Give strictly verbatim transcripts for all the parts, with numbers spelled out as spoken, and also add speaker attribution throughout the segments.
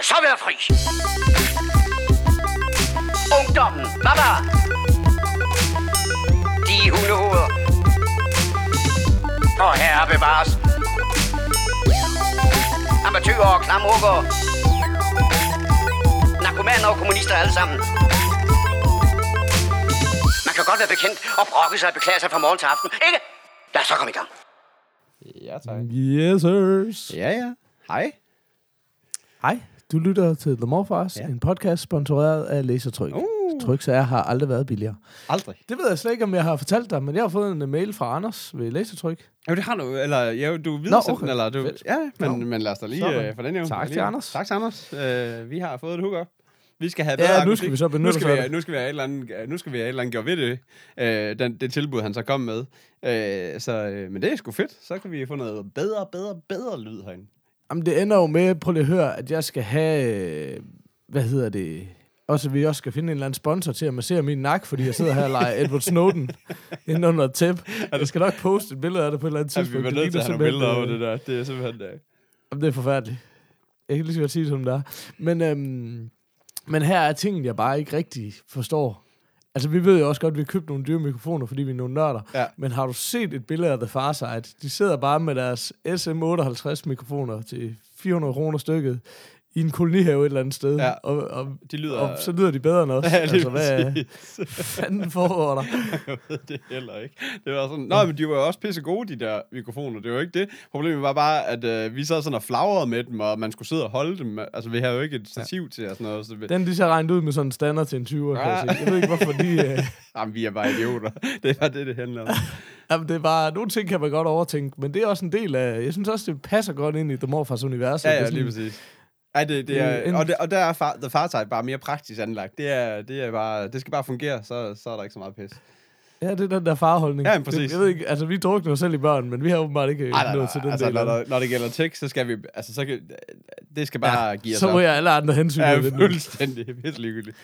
Speaker 1: det så være fri. Ungdommen, baba. De hundehoveder. Og herre bevares. Amatøger og klamrukker. Narkomaner og kommunister alle sammen. Man kan godt være bekendt og brokke sig og beklage sig fra morgen til aften, ikke? Lad os så komme i gang.
Speaker 2: Ja, tak.
Speaker 3: Yes, sirs.
Speaker 2: Ja, ja. Hej.
Speaker 3: Hej, du lytter til The Morfars, ja. En podcast sponsoreret af Lasertryk.
Speaker 2: Uh.
Speaker 3: Tryksager har aldrig været billigere.
Speaker 2: Aldrig.
Speaker 3: Det ved jeg slet ikke, om jeg har fortalt dig, men jeg har fået en mail fra Anders ved Lasertryk.
Speaker 2: Jo, det har du, eller ja, du
Speaker 3: Nå,
Speaker 2: videre
Speaker 3: okay.
Speaker 2: eller du...
Speaker 3: Fedt.
Speaker 2: Ja, men,
Speaker 3: Nå.
Speaker 2: men lad os da lige
Speaker 3: Sådan.
Speaker 2: uh, for den jo.
Speaker 3: Tak til Anders.
Speaker 2: Tak til Anders. Uh, vi har fået et hookup. Vi skal have
Speaker 3: Ja,
Speaker 2: bedre
Speaker 3: nu skal vi så benytte
Speaker 2: nu skal
Speaker 3: os
Speaker 2: vi,
Speaker 3: af det.
Speaker 2: nu skal vi have et eller andet, nu skal vi have et eller andet gjort ved det. Uh, den, det tilbud, han så kom med. Uh, så, uh, men det er sgu fedt. Så kan vi få noget bedre, bedre, bedre lyd herinde.
Speaker 3: Jamen, det ender jo med, prøv lige at høre, at jeg skal have, hvad hedder det, også vi også skal finde en eller anden sponsor til at massere min nakke, fordi jeg sidder her og leger Edward Snowden inde under et tæppe. Jeg skal nok poste et billede af det på et eller andet tidspunkt.
Speaker 2: Ja, vi var nødt til at have nogle billeder over det der. Det er simpelthen... Uh...
Speaker 3: Jamen, det er forfærdeligt. Jeg kan lige så godt sige det, som det er. Men, øhm, men her er tingene, jeg bare ikke rigtig forstår. Altså, vi ved jo også godt, at vi har købt nogle dyre mikrofoner, fordi vi er nogle nørder.
Speaker 2: Ja.
Speaker 3: Men har du set et billede af The Far Side? De sidder bare med deres S M otteoghalvtreds mikrofoner til fire hundrede kroner stykket i en kolonihave et eller andet sted.
Speaker 2: Ja.
Speaker 3: Og, og,
Speaker 2: De lyder...
Speaker 3: og så lyder de bedre end os.
Speaker 2: Ja,
Speaker 3: altså, hvad fanden foregår der?
Speaker 2: Jeg ved det heller ikke. Det var sådan... Nå, men de var jo også pisse gode, de der mikrofoner. Det var jo ikke det. Problemet var bare, at øh, vi sad sådan og flagrede med dem, og man skulle sidde og holde dem. Altså, vi havde jo ikke et stativ ja. til og sådan noget. Så vi...
Speaker 3: Den, de så regnet ud med sådan en stander til en tyver, kan jeg sige. Jeg ved ikke, hvorfor de... Øh...
Speaker 2: Jamen, vi er bare idioter. Det var det, det handler om.
Speaker 3: Jamen, det er bare... Nogle ting kan man godt overtænke, men det er også en del af... Jeg synes også, det passer godt ind i The Morfars univers.
Speaker 2: Ja, ja, lige præcis. Ej, det, det er,
Speaker 3: en...
Speaker 2: og, det, og der er far, The Far Side bare mere praktisk anlagt. Det er, det er bare, det skal bare fungere, så, så er der ikke så meget pis.
Speaker 3: Ja, det er den der farholdning.
Speaker 2: Ja, præcis.
Speaker 3: Det, jeg ved ikke, altså vi drukner jo selv i børn, men vi har åbenbart ikke
Speaker 2: Ej,
Speaker 3: nået til den
Speaker 2: altså,
Speaker 3: del.
Speaker 2: Når, der, når det gælder tekst, så skal vi, altså så kan, det skal bare
Speaker 3: ja,
Speaker 2: give os
Speaker 3: så må
Speaker 2: op.
Speaker 3: jeg alle andre hensyn.
Speaker 2: Ja,
Speaker 3: det
Speaker 2: fuldstændig pisse ligegyldigt.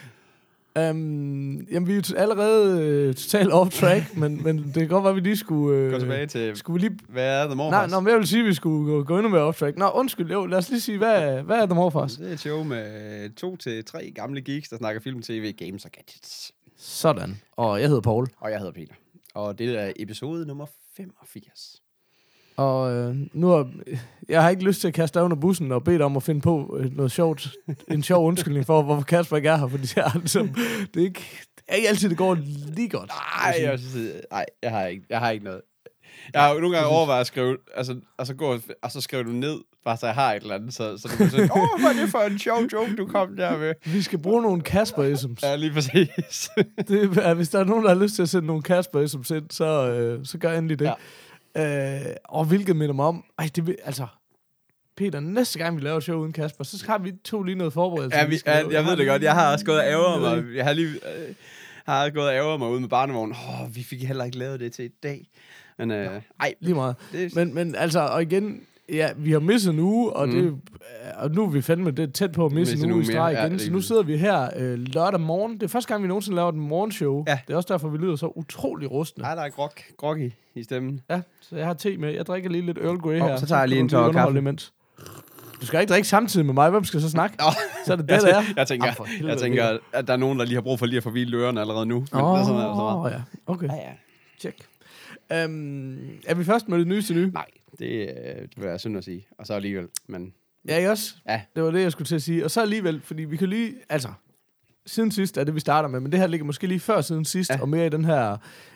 Speaker 3: Um, jamen, vi er jo allerede øh, totalt off-track, men, men det kan godt være, at vi lige skulle... Øh,
Speaker 2: Gå tilbage til,
Speaker 3: skulle vi lige...
Speaker 2: hvad er The Morfars?
Speaker 3: Nej, nå, jeg vil sige, at vi skulle gå, gå endnu mere off-track. Nå, undskyld, jo, lad os lige sige, hvad, hvad er The Morfars?
Speaker 2: Det er et show med to til tre gamle geeks, der snakker film, tv, games og gadgets.
Speaker 3: Sådan. Og jeg hedder Paul.
Speaker 2: Og jeg hedder Peter. Og det er episode nummer femogfirs.
Speaker 3: Og øh, nu har jeg har ikke lyst til at kaste dig under bussen og bede dig om at finde på øh, noget sjovt, en sjov undskyldning for, hvorfor Kasper ikke er her, fordi det er, altså, det er ikke, det er ikke altid, det går lige godt.
Speaker 2: Nej, jeg, synes, nej, jeg har ikke, jeg har ikke noget. Jeg har jo nogle gange overvejet at skrive, altså, og så går, og så skriver du ned, bare så jeg har et eller andet, så, så du kan sige, åh, hvad er det for en sjov joke, du kom der med?
Speaker 3: Vi skal bruge nogle Kasper-isms.
Speaker 2: Ja, lige præcis.
Speaker 3: Det er, hvis der er nogen, der har lyst til at sende nogle Kasper-isms ind, så, øh, så gør endelig det. Ja. Øh, og hvilket minder mig om, ej, det vil, altså, Peter, næste gang vi laver et show uden Kasper, så har vi to lige noget forberedelse.
Speaker 2: Ja, vi, ja, jeg ved det godt, jeg har også gået og ærger mig, jeg har lige, øh, har gået og ærger mig ude med barnevognen, åh, oh, vi fik heller ikke lavet det til i dag. Men, øh, ja, ej.
Speaker 3: Lige meget.
Speaker 2: Det...
Speaker 3: Men, men altså, og igen, ja, vi har misset en uge, og, mm. det, og nu er vi fandme det tæt på at misse en uge i streg igen, ja, så nu sidder vi her øh, lørdag morgen. Det er første gang, vi nogensinde laver et morgenshow. Ja. Det er også derfor, vi lyder så utrolig rustne.
Speaker 2: Nej, der er grog, grog i, i stemmen.
Speaker 3: Ja, så jeg har te med. Jeg drikker lige lidt Earl Grey
Speaker 2: oh,
Speaker 3: her.
Speaker 2: Så tager jeg lige en tår kaffe.
Speaker 3: Imens. Du skal ikke drikke samtidig med mig. Hvem skal så snakke?
Speaker 2: Oh.
Speaker 3: Så er det det, der er.
Speaker 2: Jeg tænker, Jamen, jeg tænker at der er nogen, der lige har brug for lige at få hvilet ørerne allerede nu.
Speaker 3: Åh, oh, oh, ja. Okay.
Speaker 2: Ja, ja.
Speaker 3: Check. Um, er vi først med det nyeste nye?
Speaker 2: Nej, det, det vil være synd at sige. Og så alligevel, men...
Speaker 3: Ja, ikke også?
Speaker 2: Ja.
Speaker 3: Det var det, jeg skulle til at sige. Og så alligevel, fordi vi kan lige... Altså, siden sidst er det, vi starter med, men det her ligger måske lige før siden sidst, ja. Og mere i den her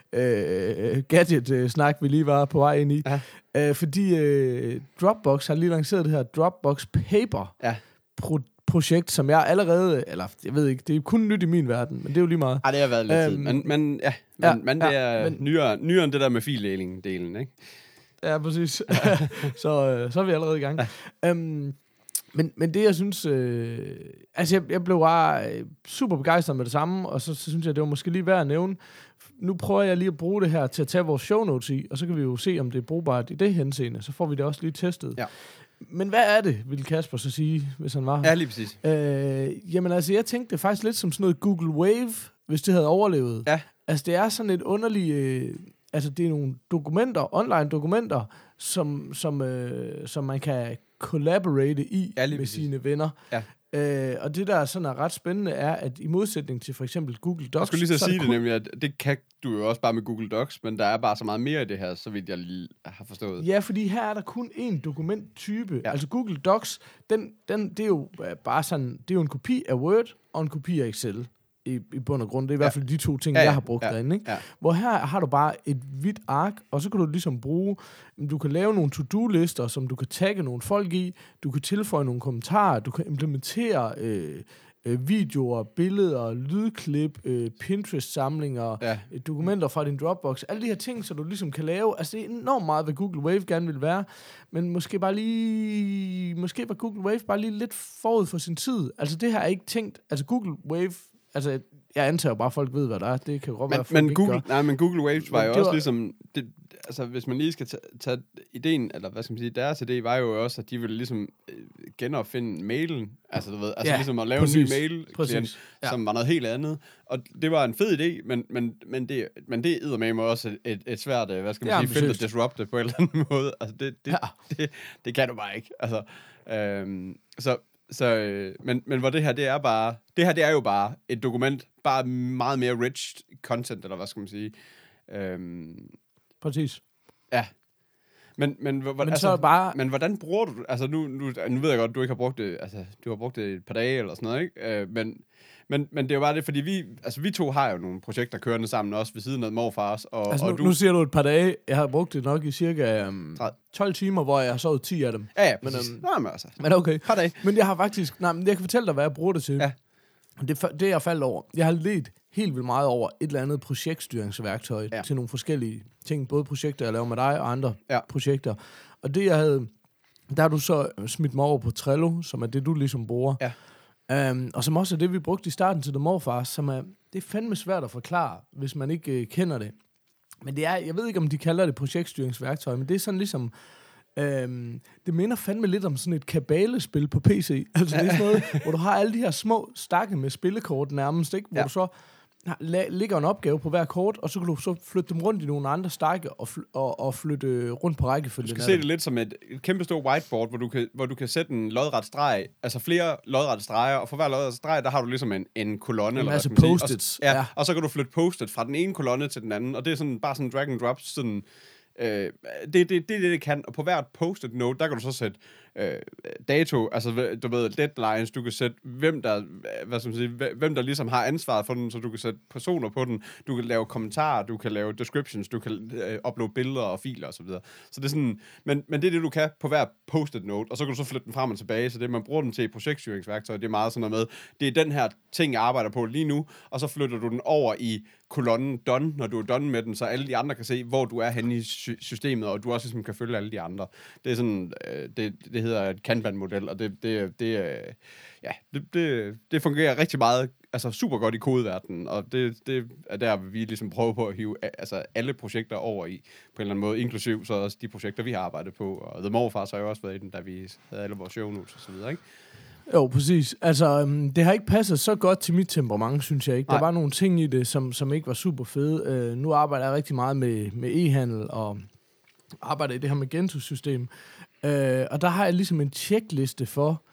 Speaker 3: øh, gadget-snak, vi lige var på vej ind i. Ja. Øh, fordi øh, Dropbox har lige lanceret det her Dropbox Paper ja. pro- projekt, som jeg allerede... Eller, jeg ved ikke, det er kun nyt i min verden, men det er jo lige meget.
Speaker 2: Ja, det har været lidt øhm, tid. Men, men, ja, men, ja, men det ja, er men, nyere, nyere end det der med fildeling-delen, ikke?
Speaker 3: Ja, præcis. så, øh, så er vi allerede i gang. Ja. Um, men, men det, jeg synes... Øh, altså, jeg, jeg blev bare øh, super begejstret med det samme, og så, så synes jeg, det var måske lige værd at nævne. Nu prøver jeg lige at bruge det her til at tage vores show notes i, og så kan vi jo se, om det er brugbart i det henseende. Så får vi det også lige testet. Ja. Men hvad er det, ville Kasper så sige, hvis han var her?
Speaker 2: Ja, lige præcis.
Speaker 3: Øh, jamen altså, jeg tænkte det faktisk lidt som sådan noget Google Wave, hvis det havde overlevet.
Speaker 2: Ja.
Speaker 3: Altså, det er sådan et underligt... Øh, altså, det er nogle dokumenter, online dokumenter, som, som, øh, som man kan collaborate i
Speaker 2: Ja, lige
Speaker 3: med
Speaker 2: præcis.
Speaker 3: sine venner.
Speaker 2: Ja.
Speaker 3: Øh, og det, der sådan er ret spændende, er, at i modsætning til for eksempel Google Docs...
Speaker 2: Jeg skulle lige så
Speaker 3: så er
Speaker 2: sige det
Speaker 3: kun-
Speaker 2: nemlig, at det kan du jo også bare med Google Docs, men der er bare så meget mere i det her, så vidt jeg lige har forstået.
Speaker 3: Ja, fordi her er der kun én dokumenttype.
Speaker 2: Ja.
Speaker 3: Ja. Altså Google Docs, den, den, det er jo øh, bare sådan, det er jo en kopi af Word og en kopi af Excel i, i bund og grund. Det er i
Speaker 2: Ja.
Speaker 3: hvert fald de to ting,
Speaker 2: Ja, ja.
Speaker 3: jeg har brugt
Speaker 2: Ja.
Speaker 3: derinde. Ikke?
Speaker 2: Ja.
Speaker 3: Hvor her har du bare et hvidt ark, og så kan du ligesom bruge, du kan lave nogle to-do-lister, som du kan tagge nogle folk i, du kan tilføje nogle kommentarer, du kan implementere øh, øh, videoer, billeder, lydklip, øh, Pinterest-samlinger,
Speaker 2: Ja.
Speaker 3: øh, dokumenter fra din Dropbox, alle de her ting, så du ligesom kan lave. Altså, det er enormt meget, hvad Google Wave gerne vil være, men måske bare lige, måske var Google Wave bare lige lidt forud for sin tid. Altså, det her er ikke tænkt, altså Google Wave, altså, jeg antager jo bare, at folk ved, hvad der er. Det kan godt være,
Speaker 2: Men,
Speaker 3: at folk
Speaker 2: men,
Speaker 3: ikke
Speaker 2: Google,
Speaker 3: gør.
Speaker 2: nej, men Google Waves var
Speaker 3: Men
Speaker 2: jo
Speaker 3: det
Speaker 2: også
Speaker 3: var-
Speaker 2: ligesom... Det, altså, hvis man lige skal tage, tage ideen, eller hvad skal man sige, deres idé var jo også, at de ville ligesom øh, genopfinde mailen. Altså, du ved, altså
Speaker 3: Ja,
Speaker 2: ligesom at lave
Speaker 3: præcis.
Speaker 2: en ny mail-klient,
Speaker 3: Præcis, ja.
Speaker 2: som var noget helt andet. Og det var en fed idé, men, men, men det, men det eddermame også et, et, et svært, øh, hvad skal man
Speaker 3: Det er
Speaker 2: sige, fedt at
Speaker 3: ambitiøst.
Speaker 2: disrupte på en eller anden måde. Altså, det, det,
Speaker 3: Ja.
Speaker 2: ja. det, det kan du bare ikke. Altså, øhm, så... Så, øh, men, men hvor det her, det er bare, det her, det er jo bare et dokument, bare meget mere rich content, eller hvad skal man sige. Øhm,
Speaker 3: Præcis.
Speaker 2: ja. Men, men, hvor,
Speaker 3: Men
Speaker 2: altså,
Speaker 3: så er bare-
Speaker 2: men hvordan bruger du det? Altså, nu, nu, nu ved jeg godt, du ikke har brugt det, altså, du har brugt det et par dage, eller sådan noget, ikke? Øh, men, men, men det er jo bare det, fordi vi, altså, vi to har jo nogle projekter kørende sammen, også ved siden af morfars, og,
Speaker 3: Altså,
Speaker 2: og
Speaker 3: nu,
Speaker 2: du...
Speaker 3: nu siger du et par dage. Jeg har brugt det nok i cirka um,
Speaker 2: tredive.
Speaker 3: tolv timer, hvor jeg har sovet ti af dem.
Speaker 2: Ja, ja,
Speaker 3: men,
Speaker 2: præcis.
Speaker 3: øhm,
Speaker 2: Nå, men altså,
Speaker 3: Men okay.
Speaker 2: par dage.
Speaker 3: Men jeg har faktisk... Nej, men jeg kan fortælle dig, hvad jeg bruger det til.
Speaker 2: Ja.
Speaker 3: Det, fa- det jeg faldt over. Jeg har let helt vildt meget over et eller andet projektstyringsværktøj
Speaker 2: Ja.
Speaker 3: til nogle forskellige ting. Både projekter, jeg laver med dig, og andre
Speaker 2: Ja.
Speaker 3: projekter. Og det, jeg havde... Der har du så smidt mig over på Trello, som er det, du ligesom bruger.
Speaker 2: Ja.
Speaker 3: Um, og som også er det, vi brugte i starten til The Morfars, som er... Det er fandme svært at forklare, hvis man ikke uh, kender det. Men det er... Jeg ved ikke, om de kalder det projektstyringsværktøj, men det er sådan ligesom... Øhm, det minder fandme lidt om sådan et kabalespil på P C. Altså det er sådan noget, hvor du har alle de her små stakke med spillekort nærmest, ikke? Hvor
Speaker 2: Ja.
Speaker 3: du så har, la- ligger en opgave på hver kort, og så kan du så flytte dem rundt i nogle andre stakke og, fl- og, og flytte rundt på rækkefølgen.
Speaker 2: Du skal
Speaker 3: af
Speaker 2: se
Speaker 3: dem.
Speaker 2: det lidt som et, et kæmpe stort whiteboard, hvor du, kan, hvor du kan sætte en lodret streg, altså flere lodrette streger, og for hver lodret streg, der har du ligesom en, en kolonne. Eller
Speaker 3: masse
Speaker 2: hvad skal man sige.
Speaker 3: post-its,
Speaker 2: Og, ja,
Speaker 3: ja.
Speaker 2: og så kan du flytte post-it fra den ene kolonne til den anden, og det er sådan bare sådan drag and drop, sådan... Øh, det er det, det, det, det kan, og på hvert post-it note, der kan du så sætte øh, dato, altså du ved, deadlines, du kan sætte, hvem der, hvad skal man sige, hvem der ligesom har ansvaret for den, så du kan sætte personer på den, du kan lave kommentarer, du kan lave descriptions, du kan øh, uploade billeder og filer osv. Så, videre. Så det er sådan, men, men det er det, du kan på hver post-it note, og så kan du så flytte den frem og tilbage, så det, man bruger den til i projektstyringsværktøj, det er meget sådan noget med, det er den her ting, jeg arbejder på lige nu, og så flytter du den over i kolonnen done, når du er done med den, så alle de andre kan se, hvor du er henne i sy- systemet, og du også ligesom kan følge alle de andre. Det er sådan, øh, det, det hedder et Kanban-model, og det, det, det, øh, ja, det, det, det fungerer rigtig meget, altså super godt i kodeverdenen, og det, det er der, vi ligesom prøver på at hive altså alle projekter over i, på en eller anden måde, inklusiv så også de projekter, vi har arbejdet på, og The Morfars har jo også været i den, da vi havde alle vores show notes og så videre, ikke?
Speaker 3: Jo, præcis. Altså, øhm, det har ikke passet så godt til mit temperament, synes jeg ikke. Der
Speaker 2: Nej.
Speaker 3: var nogle ting i det, som, som ikke var super fede. Øh, nu arbejder jeg rigtig meget med, med e-handel, og arbejder i det her Magento-system. Øh, og der har jeg ligesom en checkliste for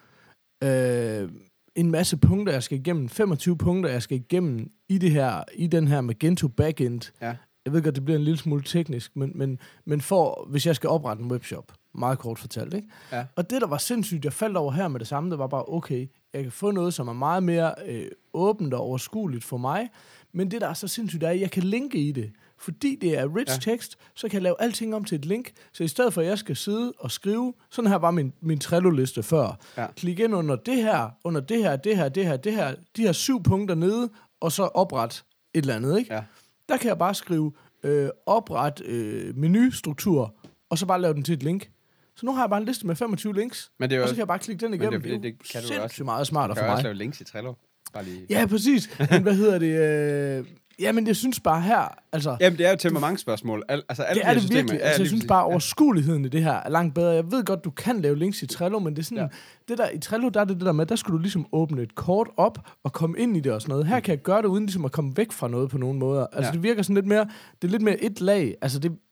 Speaker 3: øh, en masse punkter, jeg skal igennem. femogtyve punkter, jeg skal igennem i, det her, i den her Magento backend.
Speaker 2: Ja.
Speaker 3: Jeg ved godt, det bliver en lille smule teknisk, men, men, men for, hvis jeg skal oprette en webshop, meget kort fortalt, ikke?
Speaker 2: Ja.
Speaker 3: Og det, der var sindssygt, jeg faldt over her med det samme, det var bare, okay, jeg kan få noget, som er meget mere øh, åbent og overskueligt for mig, men det, der er så sindssygt, er, at jeg kan linke i det. Fordi det er rich
Speaker 2: Ja.
Speaker 3: tekst, så kan jeg lave alting om til et link, så i stedet for, at jeg skal sidde og skrive, sådan her var min, min Trello-liste før.
Speaker 2: Ja.
Speaker 3: Klik ind under det her, under det her, det her, det her, det her, de her syv punkter nede, og så opret et eller andet, ikke?
Speaker 2: Ja.
Speaker 3: Der kan jeg bare skrive øh, opret øh, menustruktur, og så bare lave den til et link. Så nu har jeg bare en liste med femogtyve links,
Speaker 2: Men det er jo
Speaker 3: og så
Speaker 2: også-
Speaker 3: kan jeg bare klikke den
Speaker 2: det-
Speaker 3: igennem.
Speaker 2: det-
Speaker 3: Det,
Speaker 2: det
Speaker 3: det
Speaker 2: kan
Speaker 3: er
Speaker 2: du
Speaker 3: jo
Speaker 2: også.
Speaker 3: sindssygt meget smartere
Speaker 2: Kan
Speaker 3: for
Speaker 2: jeg også
Speaker 3: mig.
Speaker 2: lave links i Trello? Bare lige.
Speaker 3: Ja, præcis. Men hvad hedder det? Øh, ja, men jeg synes bare her, altså...
Speaker 2: Jamen, det er jo et temperamentsspørgsmål. Al, altså, alle
Speaker 3: Det
Speaker 2: de
Speaker 3: er
Speaker 2: her
Speaker 3: det
Speaker 2: systemer,
Speaker 3: virkelig.
Speaker 2: ja,
Speaker 3: Altså, jeg
Speaker 2: lige
Speaker 3: synes
Speaker 2: præcis.
Speaker 3: bare, overskueligheden i det her er langt bedre. Jeg ved godt, du kan lave links i Trello, men det er sådan,
Speaker 2: Ja.
Speaker 3: ja. det der, i Trello, der er det det der med, der skal du ligesom åbne et kort op og komme ind i det og sådan noget. Her kan jeg gøre det uden ligesom at komme væk fra noget på nogen måder. Altså,
Speaker 2: Ja.
Speaker 3: ja. det virker sådan lidt mere, det er lidt mere et lag. Altså, det,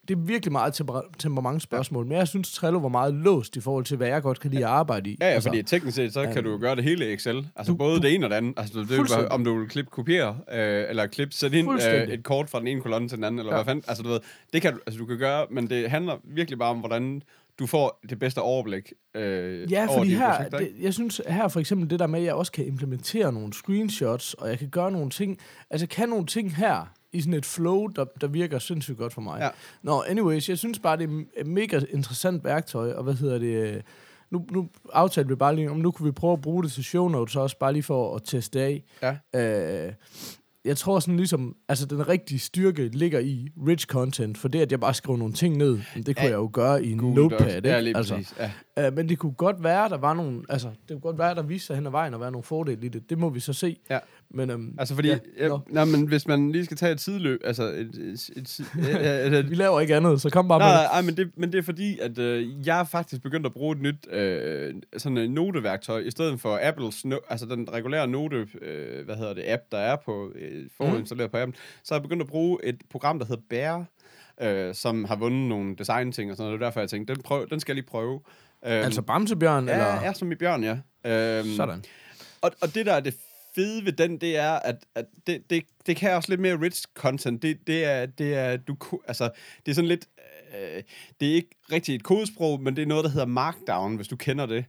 Speaker 3: det er virkelig meget temper- temperamentsspørgsmål, ja. Men jeg synes, Trello var meget låst i forhold til, hvad jeg godt kan lide at arbejde i.
Speaker 2: Ja, ja,
Speaker 3: altså,
Speaker 2: fordi teknisk set, så um, kan du jo gøre det hele i Excel. Altså du, både du, det ene og det andet. Altså, det er, om du vil klippe, kopiere, øh, eller klippe, sætte ind øh, et kort fra den ene kolonne til den anden, eller ja. hvad fanden. Altså, du ved, det kan du, altså, du kan gøre, men det handler virkelig bare om, hvordan du får det bedste overblik øh,
Speaker 3: ja,
Speaker 2: over
Speaker 3: fordi
Speaker 2: de
Speaker 3: her,
Speaker 2: projekter.
Speaker 3: Det, jeg synes her for eksempel det der med, at jeg også kan implementere nogle screenshots, og jeg kan gøre nogle ting, altså jeg kan nogle ting her, i sådan et flow, der, der virker sindssygt godt for mig. Ja. Nå, anyways, jeg synes bare, det er et mega interessant værktøj, og hvad hedder det, nu, nu aftalte vi bare lige, om nu kunne vi prøve at bruge det til show notes også, bare lige for at teste af. Ja. Øh, jeg tror sådan ligesom, altså den rigtige styrke ligger i rich content, for det, at jeg bare skriver nogle ting ned, det kunne ja. jeg jo gøre i en Google notepad, ikke?
Speaker 2: Ja, lige
Speaker 3: altså,
Speaker 2: præcis. Ja.
Speaker 3: Øh, men det kunne godt være, der var nogle, altså, det kunne godt være, der viste sig hen ad vejen og være nogle fordele i det. Det må vi så se. Ja. Men, øhm,
Speaker 2: altså fordi, ja, ja, nej, men hvis man lige skal tage et sideløb, altså et, et, et, et, et,
Speaker 3: vi laver ikke andet, så kom bare
Speaker 2: nej,
Speaker 3: med
Speaker 2: nej, nej, men det. Men det er fordi, at øh, jeg er faktisk begyndt at bruge et nyt øh, sådan et noteværktøj, i stedet for Apples, no, altså den regulære note, øh, hvad hedder det, app, der er på, øh, forinstalleret mm. på appen, så har jeg begyndt at bruge et program, der hedder Bear, øh, som har vundet nogle design-ting og sådan noget. Det er derfor, jeg tænkte, den, prøv, den skal jeg lige prøve.
Speaker 3: Øhm, altså Bamsebjørn,
Speaker 2: ja,
Speaker 3: eller?
Speaker 2: Ja, som i bjørn, ja. Øhm,
Speaker 3: Sådan. Og,
Speaker 2: og det der er det fede ved den, det er, at, at det, det, det kan også lidt mere rich content. Det, det er, det er, du, altså, det er sådan lidt, øh, det er ikke rigtig et kodesprog, men det er noget, der hedder Markdown, hvis du kender det.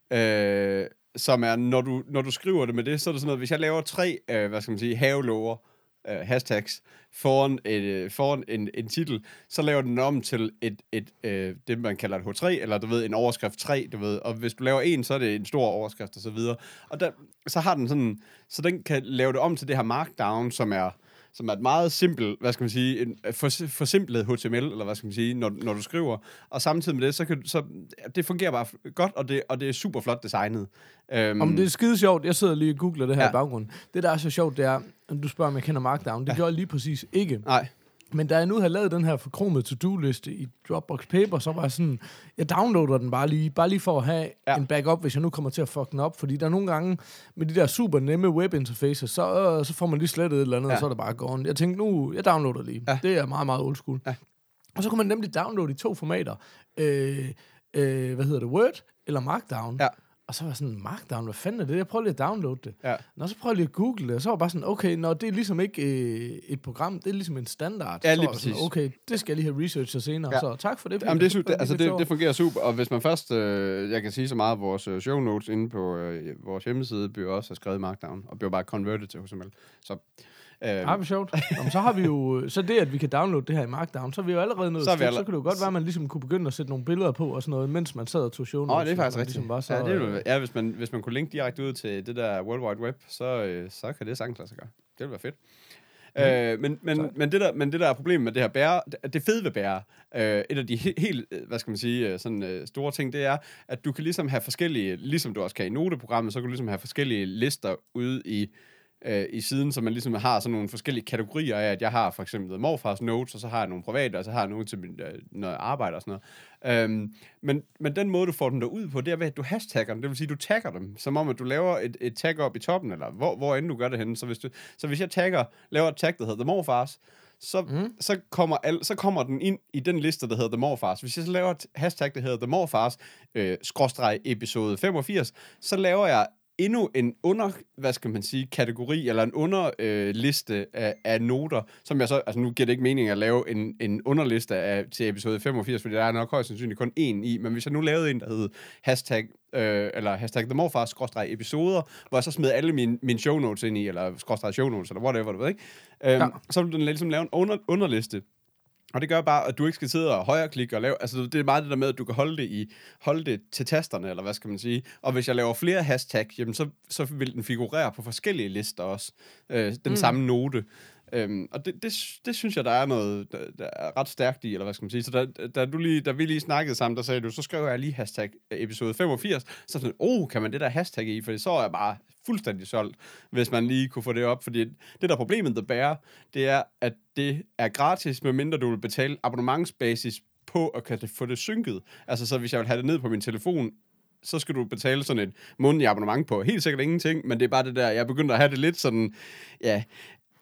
Speaker 2: Øh, som er, når du, når du skriver det med det, så er det sådan noget, hvis jeg laver tre, øh, hvad skal man sige, havelover, øh, hashtags, foran, et, øh, foran en, en titel, så laver den om til et, et øh, det, man kalder et H tre, eller du ved, en overskrift tre, du ved, og hvis du laver en, så er det en stor overskrift, og så videre. Og der, så har den sådan, så den kan lave det om til det her Markdown, som er, som er et meget simpelt, hvad skal man sige, en for, forsimplet H T M L, eller hvad skal man sige, når, når du skriver. Og samtidig med det, så kan så det fungerer bare godt, og det, og det er super flot designet. Um,
Speaker 3: Om det er skide sjovt, jeg sidder lige og googler det her ja. i baggrunden. Det, der er så sjovt, det er, du spørger, om jeg kender Markdown. Det ja. gør jeg lige præcis ikke.
Speaker 2: Nej.
Speaker 3: Men da jeg nu har lavet den her forkromede to-do-liste i Dropbox Paper, så var jeg sådan, jeg downloader den bare lige, bare lige for at have ja. en backup, hvis jeg nu kommer til at fuck den op. Fordi der er nogle gange, med de der super nemme webinterfaces, så, øh, så får man lige slettet et eller andet, ja. og så er det bare gone. Jeg tænkte, nu, jeg downloader lige. Ja. Det er meget, meget old school. Ja. Og så kunne man nemlig downloade i to formater. Øh, øh, hvad hedder det? Word eller Markdown. Ja. Og så var jeg sådan, Markdown, hvad fanden er det? Jeg prøvede lige at downloade det. Ja. Nå, så prøvede jeg lige at google det, og så var jeg bare sådan, okay, når det er ligesom ikke øh, et program, det er ligesom en standard.
Speaker 2: Ja, lige
Speaker 3: så
Speaker 2: præcis.
Speaker 3: Sådan, okay, det skal jeg lige have researchet senere, ja. så tak for det.
Speaker 2: Jamen, det, det, altså, det, det fungerer super, og hvis man først, øh, jeg kan sige så meget, at vores show notes inde på øh, vores hjemmeside, bliver også skrevet i Markdown, og bliver bare converted til H T M L. Så
Speaker 3: Øhm. Ah, sjovt. Jamen, så har vi jo, så det, at vi kan downloade det her i Markdown, så er vi jo allerede nået. Så, allerede. så kan det jo godt være, at man ligesom kunne begynde at sætte nogle billeder på og sådan noget, mens man sad og tog show notes.
Speaker 2: Åh, oh, det er faktisk rigtigt.
Speaker 3: Ligesom bare så,
Speaker 2: ja, det vil, ja, hvis man, hvis man kunne linke direkte ud til det der World Wide Web, så, så kan det sagtens lade sig gøre. Det vil være fedt. Mm. Øh, men, men, men, det der, men det der er problemet med det her bære, det fede ved bære, øh, et af de he- helt, hvad skal man sige, sådan øh, store ting, det er, at du kan ligesom have forskellige, ligesom du også kan i noteprogrammet, så kan du ligesom have forskellige lister ude i Øh, i siden, så man ligesom har sådan nogle forskellige kategorier af, at jeg har for eksempel morfars notes, og så har jeg nogle private, og så har jeg nogle til min, øh, noget arbejde og sådan noget. Øhm, men, men den måde, du får dem derud på, det er ved, at du hashtagger dem. Det vil sige, du tagger dem, som om, at du laver et, et tag op i toppen, eller hvor, hvor end du gør det henne. Så hvis, du, så hvis jeg tagger, laver et tag, der hedder The Morfars, så, mm. så, kommer al, så kommer den ind i den liste, der hedder The Morfars. Hvis jeg så laver et hashtag, der hedder The Morfars, øh, skråstreg episode femogfirs, så laver jeg endnu en under, hvad skal man sige, kategori, eller en underliste øh, af, af noter, som jeg så, altså nu giver det ikke mening at lave en, en underliste af, til episode femogfirs, fordi der er nok højst sandsynligt kun én i, men hvis jeg nu lavede en, der hed hashtag, øh, eller hashtag The Morfars, skråstreg episoder, hvor jeg så smed alle mine, mine show notes ind i, eller skråstreg show notes, eller whatever, du ved ikke, øh, ja. så vil den ligesom lave en under, underliste. Og det gør bare, at du ikke skal sidde og højreklikke og lave, altså det er meget det der med, at du kan holde det, i, holde det til tasterne, eller hvad skal man sige. Og hvis jeg laver flere hashtag, jamen så, så vil den figurere på forskellige lister også, øh, den mm. samme note. Øhm, og det, det, det synes jeg, der er noget, der, der er ret stærkt i, eller hvad skal man sige. Så da, da, du lige, da vi lige snakkede sammen, der sagde du, så skrev jeg lige hashtag episode femogfirs, så sådan, åh, oh, kan man det der hashtag i? For så er jeg bare fuldstændig solgt, hvis man lige kunne få det op. Fordi det der problemet, der bærer, det er, at det er gratis, medmindre du vil betale abonnementsbasis på at kan få det synket. Altså så hvis jeg vil have det ned på min telefon, så skal du betale sådan et månedligt abonnement på. Helt sikkert ingenting, men det er bare det der, jeg begynder at have det lidt sådan, ja,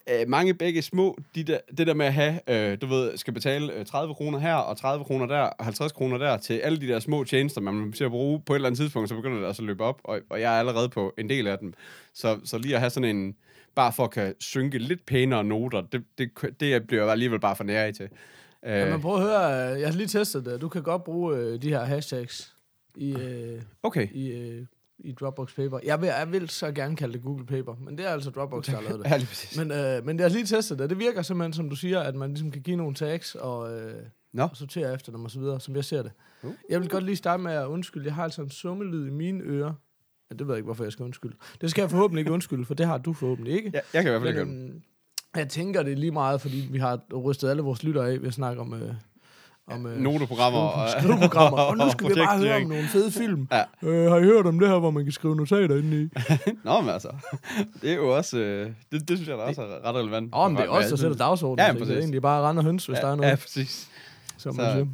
Speaker 2: øh, mange begge små, de der, det der med at have, øh, du ved, skal betale øh, tredive kroner her, og tredive kroner der, og halvtreds kroner der, til alle de der små tjenester, man ser at bruge på et eller andet tidspunkt, så begynder det altså at løbe op, og, og jeg er allerede på en del af dem. Så, så lige at have sådan en, bare for at kan synke lidt pænere noter, det, det, det bliver jeg alligevel bare for nære til. Øh,
Speaker 3: Ja, men prøv at høre, jeg har lige testet det, du kan godt bruge øh, de her hashtags i, øh,
Speaker 2: okay.
Speaker 3: i, øh, i Dropbox Paper. Jeg vil, jeg vil så gerne kalde det Google Paper, men det er altså Dropbox, der har lavet det.
Speaker 2: Ja, lige præcis.
Speaker 3: Men, øh, men jeg har lige testet det, det virker simpelthen, som du siger, at man ligesom kan give nogle tags og, øh,
Speaker 2: no.
Speaker 3: og sortere efter dem og så videre, som jeg ser det.
Speaker 2: Uh.
Speaker 3: Jeg vil godt lige starte med at undskylde, jeg har altså en summelyd i mine ører. Ja, det ved jeg ikke, hvorfor jeg skal undskylde. Det skal jeg forhåbentlig ikke undskylde, for det har du forhåbentlig ikke.
Speaker 2: Ja, jeg kan i hvert fald
Speaker 3: men,
Speaker 2: ikke
Speaker 3: øhm, jeg tænker det lige meget, fordi vi har rystet alle vores lyttere af ved at snakke om... Øh, om øh,
Speaker 2: noteprogrammer og
Speaker 3: skriveprogrammer. Og nu skal vi bare høre om nogle fede film.
Speaker 2: Ja.
Speaker 3: Øh, har I hørt om det her, hvor man kan skrive notater inde i?
Speaker 2: Nå, men altså, det er jo også, øh, det, det synes jeg da også er ret relevant.
Speaker 3: Åh, men det er også, der sætter dagsordenen.
Speaker 2: Ja,
Speaker 3: så det er egentlig bare rende og høns, hvis
Speaker 2: ja,
Speaker 3: der er noget.
Speaker 2: Ja, præcis.
Speaker 3: Som
Speaker 2: så,
Speaker 3: man siger.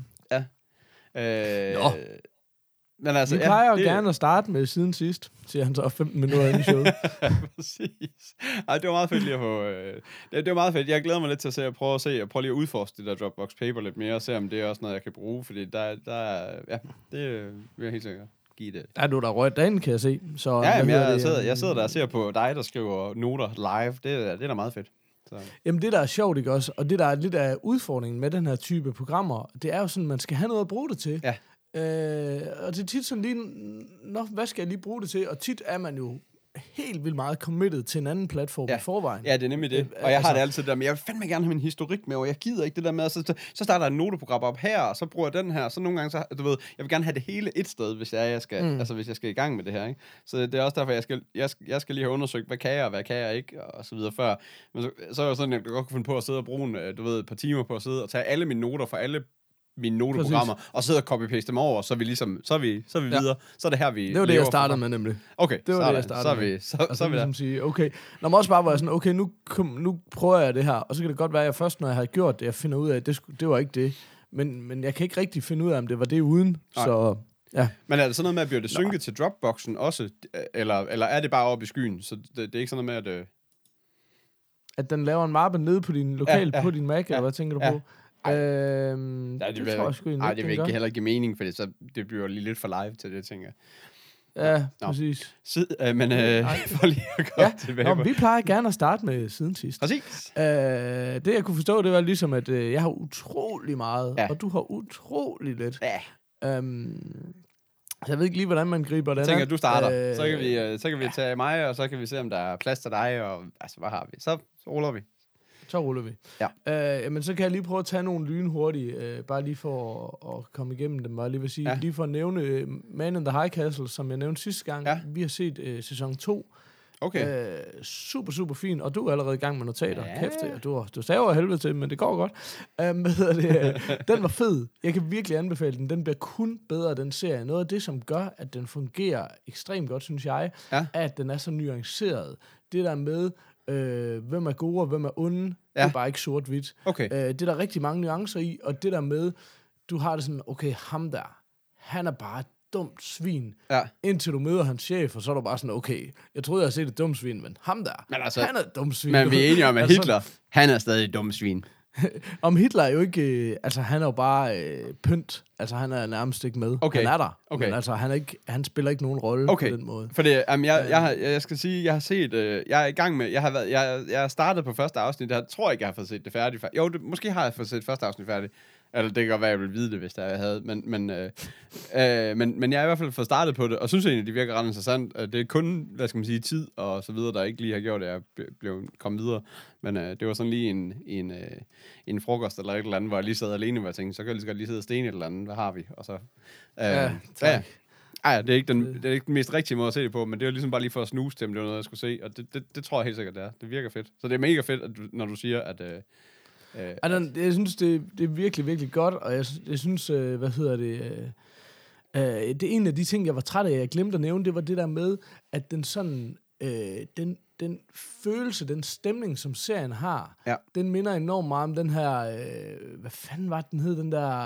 Speaker 2: Ja. Øh,
Speaker 3: Nå.
Speaker 2: Men altså,
Speaker 3: vi plejer
Speaker 2: ja,
Speaker 3: jo
Speaker 2: det,
Speaker 3: gerne at starte med siden sidst, siger han så femten minutter inde i showet.
Speaker 2: præcis. Ej, det var meget fedt lige at få... Øh, det, det var meget fedt. Jeg glæder mig lidt til at se, at prøve at se, og prøve lige at udforske det der Dropbox Paper lidt mere, og se om det er også noget, jeg kan bruge, fordi der, der er... Ja, det vil jeg helt sikkert give det.
Speaker 3: Ja, du er der rødt derinde, kan jeg se. Så,
Speaker 2: ja, jamen, jeg,
Speaker 3: det,
Speaker 2: sidder, jeg sidder der og ser på dig, der skriver noter live. Det, det er da meget fedt. Så.
Speaker 3: Jamen det, der er sjovt, ikke også? Og det, der er lidt af udfordringen med den her type programmer, det er jo sådan, man skal have noget at bruge det til.
Speaker 2: Ja.
Speaker 3: Øh, og det er tit sådan lige, nå, hvad skal jeg lige bruge det til? Og tit er man jo helt vildt meget committed til en anden platform
Speaker 2: ja.
Speaker 3: i forvejen.
Speaker 2: Ja, det er nemlig det. Og jeg altså, har det altid der, men jeg vil fandme gerne have min historik med, og jeg gider ikke det der med, så, så starter jeg et noteprogram op her, og så bruger jeg den her, så nogle gange, så, du ved, jeg vil gerne have det hele et sted, hvis jeg, jeg skal, mm. altså hvis jeg skal i gang med det her, ikke? Så det er også derfor, jeg skal, jeg skal, jeg skal lige have undersøgt, hvad kan jeg, og hvad kan jeg ikke, og så videre før. Men så, så er det sådan, at jeg godt kunne finde på at sidde og bruge, en, du ved, et par timer på at sidde og tage alle mine noter fra alle mine noteprogrammer, præcis. Og sidde og copy-paste dem over, så er vi ligesom, så er vi, så er vi ja. videre. Så er det her, vi
Speaker 3: Det var det, jeg startede med, nemlig.
Speaker 2: Okay,
Speaker 3: det var
Speaker 2: så
Speaker 3: det, jeg startede
Speaker 2: så er vi, så,
Speaker 3: så,
Speaker 2: så,
Speaker 3: så
Speaker 2: er vi
Speaker 3: ligesom sige, okay, når man også bare var sådan, okay, nu, kom, nu prøver jeg det her, og så kan det godt være, at jeg først, når jeg har gjort det, jeg finder ud af, at det, det var ikke det. Men, men jeg kan ikke rigtig finde ud af, om det var det uden, nej. Så... Ja.
Speaker 2: Men er det sådan noget med, at bliver det synket til Dropboxen også, eller, eller er det bare oppe i skyen? Så det, det er ikke sådan noget med, at...
Speaker 3: At den laver en mappe nede på din lokal, ja, ja, på din Mac, ja, eller hvad tænker du
Speaker 2: ja.
Speaker 3: på? Øhm,
Speaker 2: ja, det,
Speaker 3: det
Speaker 2: vil,
Speaker 3: tror jeg sgu
Speaker 2: Nej, det vil ikke
Speaker 3: gør.
Speaker 2: heller give mening, for det, så det bliver lige lidt for live til det, tænker jeg.
Speaker 3: Ja,
Speaker 2: Nå.
Speaker 3: præcis.
Speaker 2: Sid, øh, men øh, for lige at komme
Speaker 3: ja.
Speaker 2: tilbage
Speaker 3: Nå,
Speaker 2: på.
Speaker 3: vi plejer gerne at starte med siden sidst.
Speaker 2: Præcis.
Speaker 3: Øh, det jeg kunne forstå, det var ligesom, at øh, jeg har utrolig meget, ja. Og du har utrolig lidt.
Speaker 2: Ja.
Speaker 3: Øhm, så jeg ved ikke lige, hvordan man griber den.
Speaker 2: Jeg tænker, at du starter.
Speaker 3: Øh,
Speaker 2: så kan vi, øh, så kan vi tage mig, og så kan vi se, om der er plads til dig, og altså, hvad har vi? Så, så ruller vi.
Speaker 3: Så ruller vi.
Speaker 2: Ja.
Speaker 3: Øh, men så kan jeg lige prøve at tage nogle lynhurtige, øh, bare lige for at, at komme igennem dem, bare lige vil sige, ja. Lige for at nævne Man in the High Castle, som jeg nævnte sidste gang. Ja. Vi har set øh, sæson to.
Speaker 2: Okay.
Speaker 3: Øh, super, super fin, og du er allerede i gang med notater.
Speaker 2: Ja.
Speaker 3: Kæft, du, du staver af helvede til, men det går godt. Um, hvad hedder det? Den var fed. Jeg kan virkelig anbefale den. Den bliver kun bedre, den serie. Noget af det, som gør, at den fungerer ekstremt godt, synes jeg, ja. Er, at den er så nuanceret. Det der med, øh, hvem er gode og hvem er onde, ja. Det er bare ikke sort-hvidt.
Speaker 2: Okay.
Speaker 3: Øh, det er der rigtig mange nuancer i, og det der med, du har det sådan, okay, ham der, han er bare et dumt svin, ja. Indtil du møder hans chef, og så er du bare sådan, okay, jeg troede, jeg havde set et dumt svin, men ham der, men altså, han er et dumt svin.
Speaker 2: Men vi er enige om, at Hitler, altså, han er stadig et dumt svin.
Speaker 3: Om Hitler er jo ikke, øh, altså han er jo bare øh, pynt, altså han er nærmest ikke med.
Speaker 2: Okay.
Speaker 3: Han er der,
Speaker 2: okay.
Speaker 3: Men altså han, er ikke, han spiller ikke nogen rolle
Speaker 2: okay.
Speaker 3: på den måde.
Speaker 2: For det, um, jeg, jeg, jeg, jeg skal sige, jeg har set, øh, jeg er i gang med, jeg har været, jeg, jeg startet på første afsnit, jeg tror ikke, jeg har fået set det færdigt. Jo, det, måske har jeg fået set første afsnit færdigt. Eller det kan godt være, jeg ville vide det, hvis jeg havde. Men, men, øh, øh, men, men jeg er i hvert fald fået startet på det, og synes egentlig, det virker ret interessant. Det er kun, hvad skal man sige, tid og så videre, der ikke lige har gjort, at jeg blev kommet videre. Men øh, det var sådan lige en, en, øh, en frokost eller et eller andet, hvor jeg lige sad alene, hvor jeg tænkte, så kan jeg lige så godt lige sidde og stene et eller andet. Hvad har vi? Og så... Øh,
Speaker 3: ja, tak.
Speaker 2: Ja. Ej, det er, ikke den, det er ikke den mest rigtige måde at se det på, men det var ligesom bare lige for at snuse til, om det var noget, jeg skulle se. Og det, det, det tror jeg helt sikkert, det er. Det virker fedt. Så det er mega fedt, at du, når du siger, at... Øh,
Speaker 3: Øh, altså, jeg synes, det, det er virkelig, virkelig godt, og jeg, jeg synes, øh, hvad hedder det, øh, øh, det er en af de ting, jeg var træt af, jeg glemte at nævne, det var det der med, at den sådan, øh, den, den følelse, den stemning, som serien har, ja. Den minder enormt meget om den her, øh, hvad fanden var den hed, den der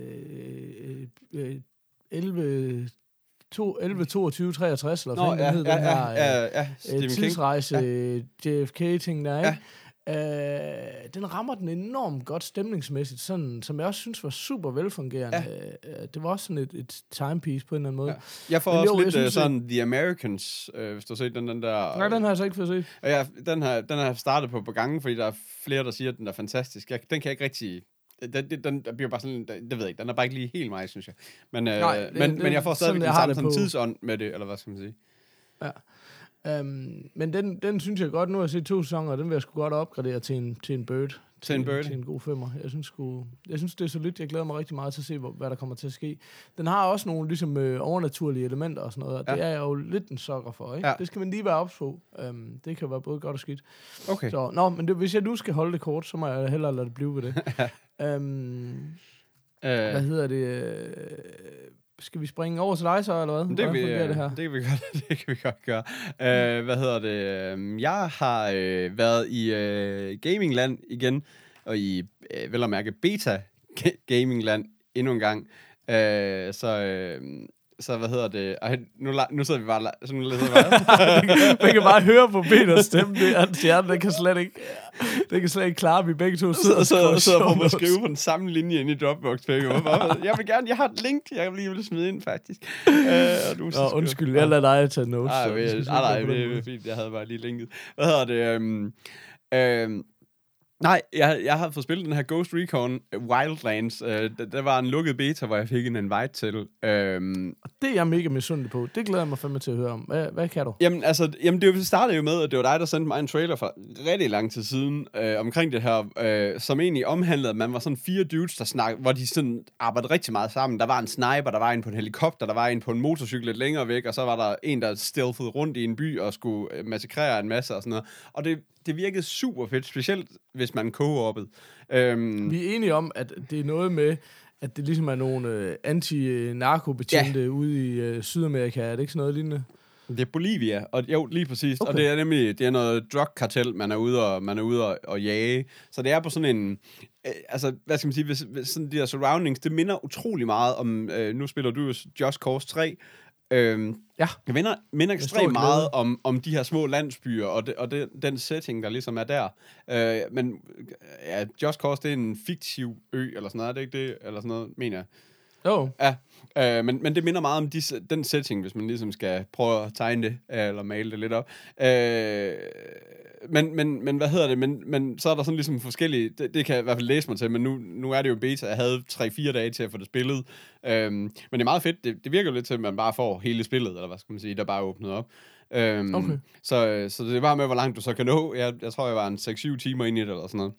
Speaker 3: øh, øh, elleve, toogtyve, treogtres, eller hvad fanden
Speaker 2: ja,
Speaker 3: den hed,
Speaker 2: ja,
Speaker 3: den her
Speaker 2: ja, ja, ja,
Speaker 3: øh, tidsrejse, ja. J F K-ting der, ikke? Ja. Øh, den rammer den enormt godt stemningsmæssigt, sådan, som jeg også synes var super velfungerende. Ja. Øh, det var også sådan et, et timepiece på en eller anden måde. Ja.
Speaker 2: Jeg får Men også jo, lidt synes, sådan det... The Americans, øh, hvis du har set den, den der...
Speaker 3: Nej, den har jeg så ikke fået set.
Speaker 2: Ja, den har, den har startet på på gangen, fordi der er flere, der siger, at den er fantastisk. Jeg, den kan jeg ikke rigtig... Den, den, den bliver bare sådan... Det ved jeg ikke, den er bare ikke lige helt mig, synes jeg. Men, øh, Nej, det, men, det, men jeg får stadigvæk den samme sådan tidsånd med det, eller hvad skal man sige.
Speaker 3: Ja. Um, men den, den synes jeg godt, nu har jeg set to sæsoner, og den vil jeg sgu godt opgradere til en, til en bird.
Speaker 2: Til en bird?
Speaker 3: Til en god femmer. Jeg synes, sgu, jeg synes det er solidt. Jeg glæder mig rigtig meget til at se, hvor, hvad der kommer til at ske. Den har også nogle ligesom, øh, overnaturlige elementer og sådan noget, og ja. Det er jeg jo lidt en sokker for. Ikke? Ja. Det skal man lige være ops på. Um, det kan være både godt og skidt.
Speaker 2: Okay.
Speaker 3: Så, nå, men det, hvis jeg nu skal holde det kort, så må jeg hellere lade det blive ved det. um, øh. Hvad hedder det? Øh, Skal vi springe over til dig så, eller hvad?
Speaker 2: Det kan, vi, det, her? det kan vi godt, det kan vi godt gøre. Uh, hvad hedder det? Jeg har uh, været i uh, gamingland igen, og i, uh, vel at mærke, beta-gamingland endnu en gang. Uh, så... Uh, Så hvad hedder det? Ej, nu, nu sidder vi bare... Så nu sidder vi bare.
Speaker 3: Man kan bare høre på Peters stemme. Det er hans hjerte, det kan slet ikke... Det kan slet ikke klare, vi begge to sidder,
Speaker 2: sidder, og sidder på at skrive på den samme linje ind i Dropbox. Jeg vil gerne... Jeg har et link, jeg lige vil smide ind, faktisk. Uh, og du,
Speaker 3: Nå, undskyld, jeg lader dig tage notes.
Speaker 2: Ej, nej, nej, det er fint. Jeg havde bare lige linket. Hvad hedder det? Um, um, Nej, jeg, jeg har fået spillet den her Ghost Recon Wildlands. Uh, det, det var en lukket beta, hvor jeg fik en invite til. Um,
Speaker 3: og det er jeg mega misundelig på. Det glæder jeg mig fandme til at høre om. Hvad, hvad kan du?
Speaker 2: Jamen, altså, jamen, det startede jo med, at det var dig, der sendte mig en trailer for rigtig lang tid siden, øh, omkring det her, øh, som egentlig omhandlede, at man var sådan fire dudes, der snakkede, hvor de sådan arbejdede rigtig meget sammen. Der var en sniper, der var en på en helikopter, der var en på en motorcykel lidt længere væk, og så var der en, der stealthede rundt i en by og skulle massakrere en masse og sådan noget. Og det Det virkede super fedt, specielt hvis man co-op'ede. Øhm,
Speaker 3: Vi er enige om, at det er noget med, at det ligesom er nogle øh, anti-narkobetjente ja. ude i øh, Sydamerika. Er det ikke sådan noget lignende?
Speaker 2: Det er Bolivia, og jo, lige præcis. Okay. Og det er nemlig det er noget drugkartel, man er ude og man er ude og, og jage. Så det er på sådan en øh, altså hvad skal man sige, hvis, hvis sådan de der surroundings, det minder utrolig meget om øh, nu spiller du Just Cause tre. Øhm, ja. Det minder, minder ekstremt meget om, om de her små landsbyer og, det, og det, den setting, der ligesom er der. Øh, men ja, Just Cause, det er en fiktiv ø, eller sådan noget, er det ikke det? Eller sådan noget, mener jeg.
Speaker 3: Jo.
Speaker 2: Ja, øh, men, men det minder meget om de, den setting, hvis man ligesom skal prøve at tegne det, eller male det lidt op. Øh, men, men, men hvad hedder det? Men, men så er der sådan ligesom forskellige, det, det kan jeg i hvert fald læse mig til, men nu, nu er det jo beta, jeg havde tre fire dage til at få det spillet. Øhm, men det er meget fedt, det, det virker lidt til, at man bare får hele spillet, eller hvad skal man sige, der bare er åbnet op. Øhm, okay. så, så det er bare med, hvor langt du så kan nå. Jeg, jeg tror, jeg var en seks syv timer inde i det, eller sådan noget.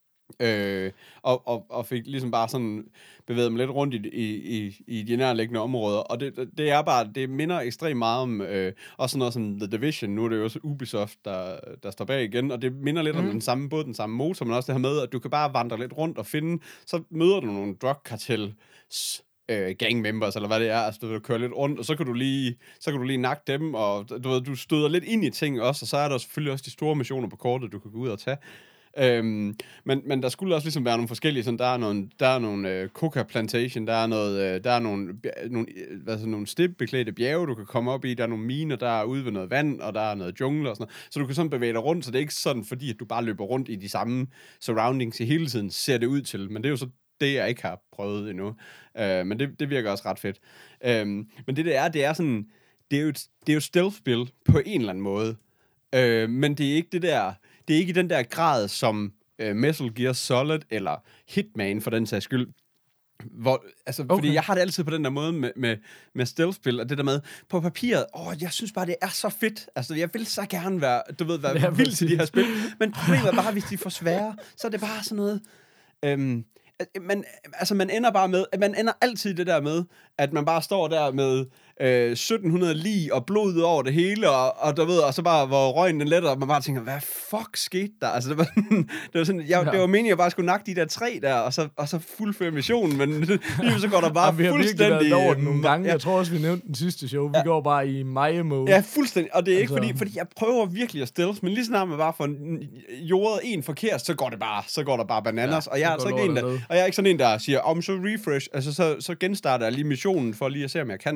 Speaker 2: Øh, og, og, og fik ligesom bare sådan bevæget mig lidt rundt i, i, i, i de nærliggende områder, og det, det er bare, det minder ekstremt meget om øh, også noget som The Division. Nu er det jo også Ubisoft, der, der står bag igen, og det minder lidt mm. om den samme, både den samme motor, men også det her med, at du kan bare vandre lidt rundt og finde, så møder du nogle drugkartels øh, gang members, eller hvad det er, altså du kører lidt rundt, og så kan du lige, så kan du lige nakke dem, og du ved, du støder lidt ind i ting også, og så er der selvfølgelig også de store missioner på kortet, du kan gå ud og tage. Øhm, men, men der skulle også ligesom være nogle forskellige, sådan, der er nogle, der er nogle øh, coca plantation, der er noget, øh, der er nogle, nogle, altså, nogle stepbeklædte bjerge, du kan komme op i, der er nogle miner, der er ude ved noget vand, og der er noget jungle og sådan noget, så du kan sådan bevæge dig rundt, så det er ikke sådan, fordi at du bare løber rundt i de samme surroundings i hele tiden, ser det ud til, men det er jo så det, jeg ikke har prøvet endnu, øh, men det, det virker også ret fedt. Øh, men det der er, det er sådan, det er jo et, det er jo et stealth-spil på en eller anden måde, øh, men det er ikke det der, det er ikke i den der grad som uh, Metal Gear Solid eller Hitman for den sags skyld. Hvor, altså, okay. Fordi jeg har det altid på den der måde med, med, med stealth-spil, og det der med, på papiret, åh, jeg synes bare, det er så fedt. Altså, jeg vil så gerne være, du ved, være vild til de her spil, men problemet er bare, hvis de er for svære, så er det bare sådan noget, øhm, man, altså, man ender bare med, man ender altid det der med, at man bare står der med øh, sytten hundrede lig og blod over det hele, og, og du ved, og så bare, hvor røgen den letter, og man bare tænker, hvad fuck skete der? Altså, det var, det var sådan, jeg, ja. det var meningen, at jeg bare skulle nakke de der tre der, og så, og så fuldføre missionen, men lige så går der bare ja, fuldstændig...
Speaker 3: Vi har virkelig nogle gange, ja. Jeg tror også, vi nævnte den sidste show, vi ja. går bare i Maya-mode.
Speaker 2: Ja, fuldstændig, og det er altså... ikke fordi, fordi jeg prøver virkelig at stealth, men lige snart man bare får jordet en forkert, så går det bare, så går der bare bananas, ja, og jeg er altså ikke en, der, og jeg er ikke sådan en, der siger, om oh, så refresh, altså så, så genstarter jeg lige missionen, for lige at se, om jeg kan. Det er sådan, nej,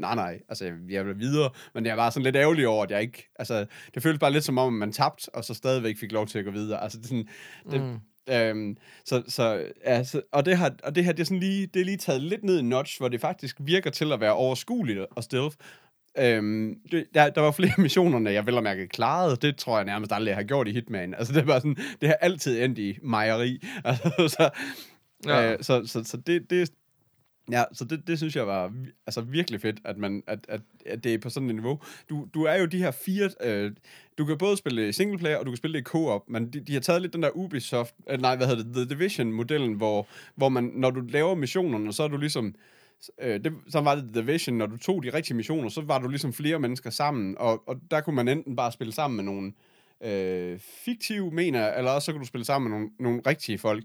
Speaker 2: nej, nej, altså, jeg vil videre, men jeg var sådan lidt ærgerlig over, at jeg ikke, altså, det føltes bare lidt som om, man tabte, og så stadigvæk fik lov til at gå videre. Altså, det er sådan, det, mm. Øhm, så, så, altså, og det her, og det her, det er sådan lige, det er lige taget lidt ned i notch, hvor det faktisk virker til at være overskueligt og stealth. Øhm, det, der, der var flere missionerne, jeg vel og mærke klarede. Det tror jeg nærmest aldrig, jeg har gjort i Hitman. Altså, det var sådan, det har altid endt i mejeri. Altså, så, ja. øh, så, så, så det, det Ja, så det, det synes jeg var altså virkelig fedt, at, man, at, at, at det er på sådan et niveau. Du, du er jo de her fire... Øh, du kan både spille singleplayer, og du kan spille det i co-op, men de, de har taget lidt den der Ubisoft... Øh, nej, hvad hedder det? The Division-modellen, hvor, hvor man, når du laver missionerne, så er du ligesom... Øh, det, så var det The Division, når du tog de rigtige missioner, så var du ligesom flere mennesker sammen, og, og der kunne man enten bare spille sammen med nogle... Øh, fiktive, mener jeg, eller også så kan du spille sammen med nogle, nogle rigtige folk,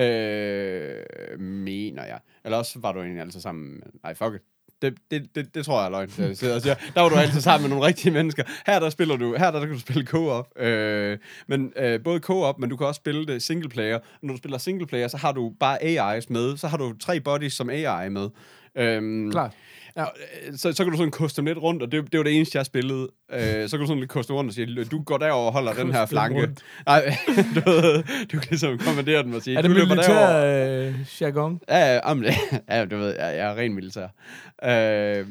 Speaker 2: øh, mener jeg. Eller også var du egentlig altid sammen med... Nej, fuck it. Det, det, det, det tror jeg er løgn. Jeg sidder og siger, der var du altid sammen med nogle rigtige mennesker. Her der spiller du, her der, der kan du spille co-op. Øh, men øh, både co-op, men du kan også spille det singleplayer. Når du spiller singleplayer, så har du bare A I's med. Så har du tre bodies som A I med. Øh,
Speaker 3: Klart. Ja.
Speaker 2: Så, så kan du sådan koste lidt rundt, og det, det var det eneste, jeg spillede. Øh, så kan du sådan lidt koste rundt og sige, du går derover og holder den her flanke. Nej, du, du kan ligesom kommandere den og sige,
Speaker 3: er det
Speaker 2: du løber
Speaker 3: militær øh, jargon?
Speaker 2: Ja, ja, jamen, ja, du ved, jeg, jeg er ren militær. Øh,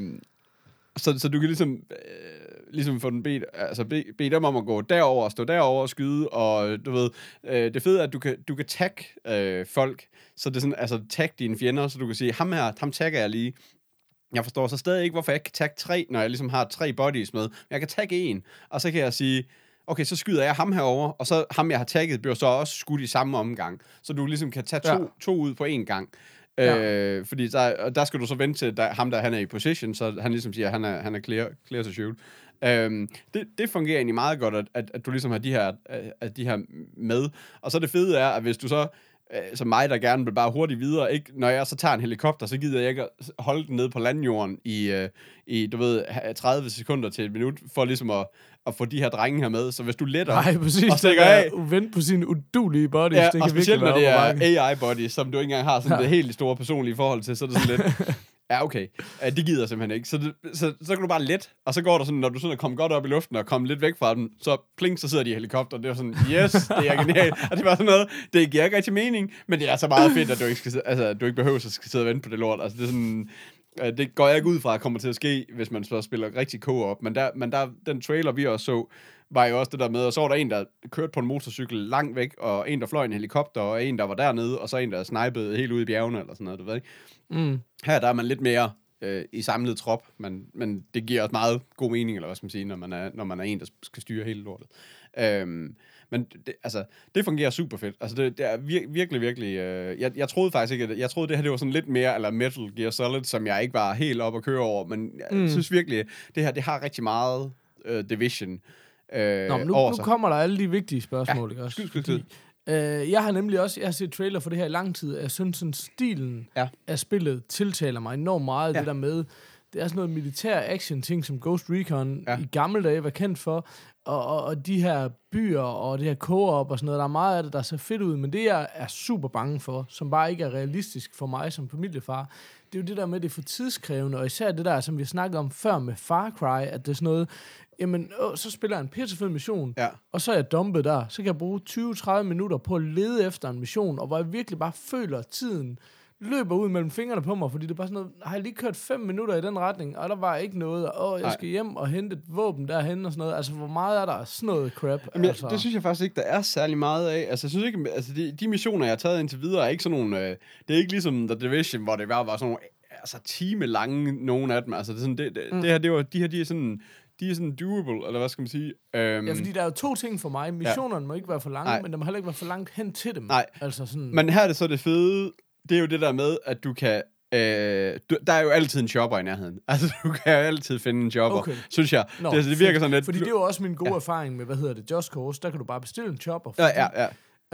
Speaker 2: så, så du kan ligesom, øh, ligesom få den bedt, altså bede bed dem om at gå derover og stå derover og skyde, og du ved, øh, det fede er, at du kan, du kan tag øh, folk, så det er sådan, altså tag dine fjender, så du kan sige, ham her, ham tagger jeg lige. Jeg forstår så stadig ikke, hvorfor jeg ikke kan tagge tre, når jeg ligesom har tre bodies med. Men jeg kan tagge en, og så kan jeg sige, okay, så skyder jeg ham herover, og så ham, jeg har tagget, bliver så også skudt i samme omgang. Så du ligesom kan tage to, ja. to ud på én gang. Ja. Øh, fordi der, der skal du så vente til der, ham, der han er i position, så han ligesom siger, at han er, han er clear, clear to shoot. Øhm, det, det fungerer egentlig meget godt, at, at, at du ligesom har de her, at de her med. Og så det fede er, at hvis du så som mig, der gerne vil bare hurtigt videre, ikke? Når jeg så tager en helikopter, så gider jeg ikke at holde den nede på landjorden i, øh, i du ved, tredive sekunder til et minut, for ligesom at, at få de her drenge her med. Så hvis du letter
Speaker 3: Nej, præcis,
Speaker 2: og stikker af...
Speaker 3: vente på sine udulige bodies,
Speaker 2: ja,
Speaker 3: det kan
Speaker 2: og specielt når det er A I-bodies, som du ikke engang har sådan ja. det helt store personlige forhold til, så er det sådan lidt... Ja, okay. Ja, det gider jeg simpelthen ikke. Så, det, så, så kan du bare let, og så går der sådan, når du sådan er kommet godt op i luften og kommet lidt væk fra dem, så pling, så sidder de i helikopter, det er sådan, yes, det er genialt. Og det var sådan noget, det giver ikke rigtig mening, men det er så meget fedt, at du ikke, skal, altså, du ikke behøver at skal sidde og vente på det lort. Altså, det er sådan, det går jeg ikke ud fra, at kommer til at ske, hvis man så spiller rigtig co-op. Men, der, men der, den trailer, vi også så, var jo også det der med, og så var der en, der kørte på en motorcykel langt væk, og en, der fløj en helikopter, og en, der var dernede, og så en, der snipede helt ude i bjergene, eller sådan noget, du ved ikke? Mm. Her der er man lidt mere øh, i samlet trop, men, men det giver også meget god mening, eller hvad skal man sige, når man er, når man er en, der skal styre hele lortet. Øhm, men det, altså, det fungerer super fedt. Altså, det, det er vir- virkelig, virkelig... Øh, jeg, jeg troede faktisk ikke, at... Jeg troede, det her det var sådan lidt mere, eller Metal Gear Solid, som jeg ikke var helt op at køre over, men jeg mm. synes virkelig, det her, det har rigtig meget øh, Division øh,
Speaker 3: Nå, men nu, nu kommer der alle de vigtige spørgsmål, ja, ikke også? Skyld, skyld, Øh, jeg har nemlig også, jeg har set trailer for det her i lang tid, og jeg synes sådan stilen ja. af spillet tiltaler mig enormt meget, ja. det der med, det er sådan noget militær action ting, som Ghost Recon ja. i gamle dage var kendt for, og, og, og de her byer, og det her co-op og sådan noget, der er meget af det, der ser fedt ud, men det jeg er super bange for, som bare ikke er realistisk for mig som familiefar, det er jo det der med, det er for tidskrævende, og især det der, som vi snakkede om før med Far Cry, at det er sådan noget, jamen, øh, så spiller jeg en pissefed mission, ja. og så er jeg dumpet der. Så kan jeg bruge tyve til tredive minutter på at lede efter en mission, og hvor jeg virkelig bare føler, at tiden løber ud mellem fingrene på mig, fordi det er bare sådan noget, har jeg lige kørt fem minutter i den retning, og der var ikke noget, og jeg skal hjem og hente et våben derhen og sådan noget. Altså, hvor meget er der sådan noget crap?
Speaker 2: Jamen,
Speaker 3: altså?
Speaker 2: Det synes jeg faktisk ikke, der er særlig meget af. Altså, jeg synes ikke, altså, de, de missioner, jeg har taget indtil videre, er ikke sådan nogle, øh, det er ikke ligesom The Division, hvor det var, var sådan nogle, altså, time lange, nogle af dem. Altså, det, er sådan, det, det, mm. det her, det var, de her, de er sådan, de er sådan doable, eller hvad skal man sige? Um,
Speaker 3: ja, fordi der er jo to ting for mig. Missionerne ja. må ikke være for lange, Nej. men der må heller ikke være for langt hen til dem.
Speaker 2: Nej,
Speaker 3: altså sådan...
Speaker 2: men her er det så det fede, det er jo det der med, at du kan, øh, du, der er jo altid en shopper i nærheden. Altså, du kan jo altid finde en shopper, okay. synes jeg. Nå, det, altså, det virker sådan lidt...
Speaker 3: Fordi det er jo også min gode ja. erfaring med, hvad hedder det, Just Cause, der kan du bare bestille en shopper.
Speaker 2: Ja, ja, ja.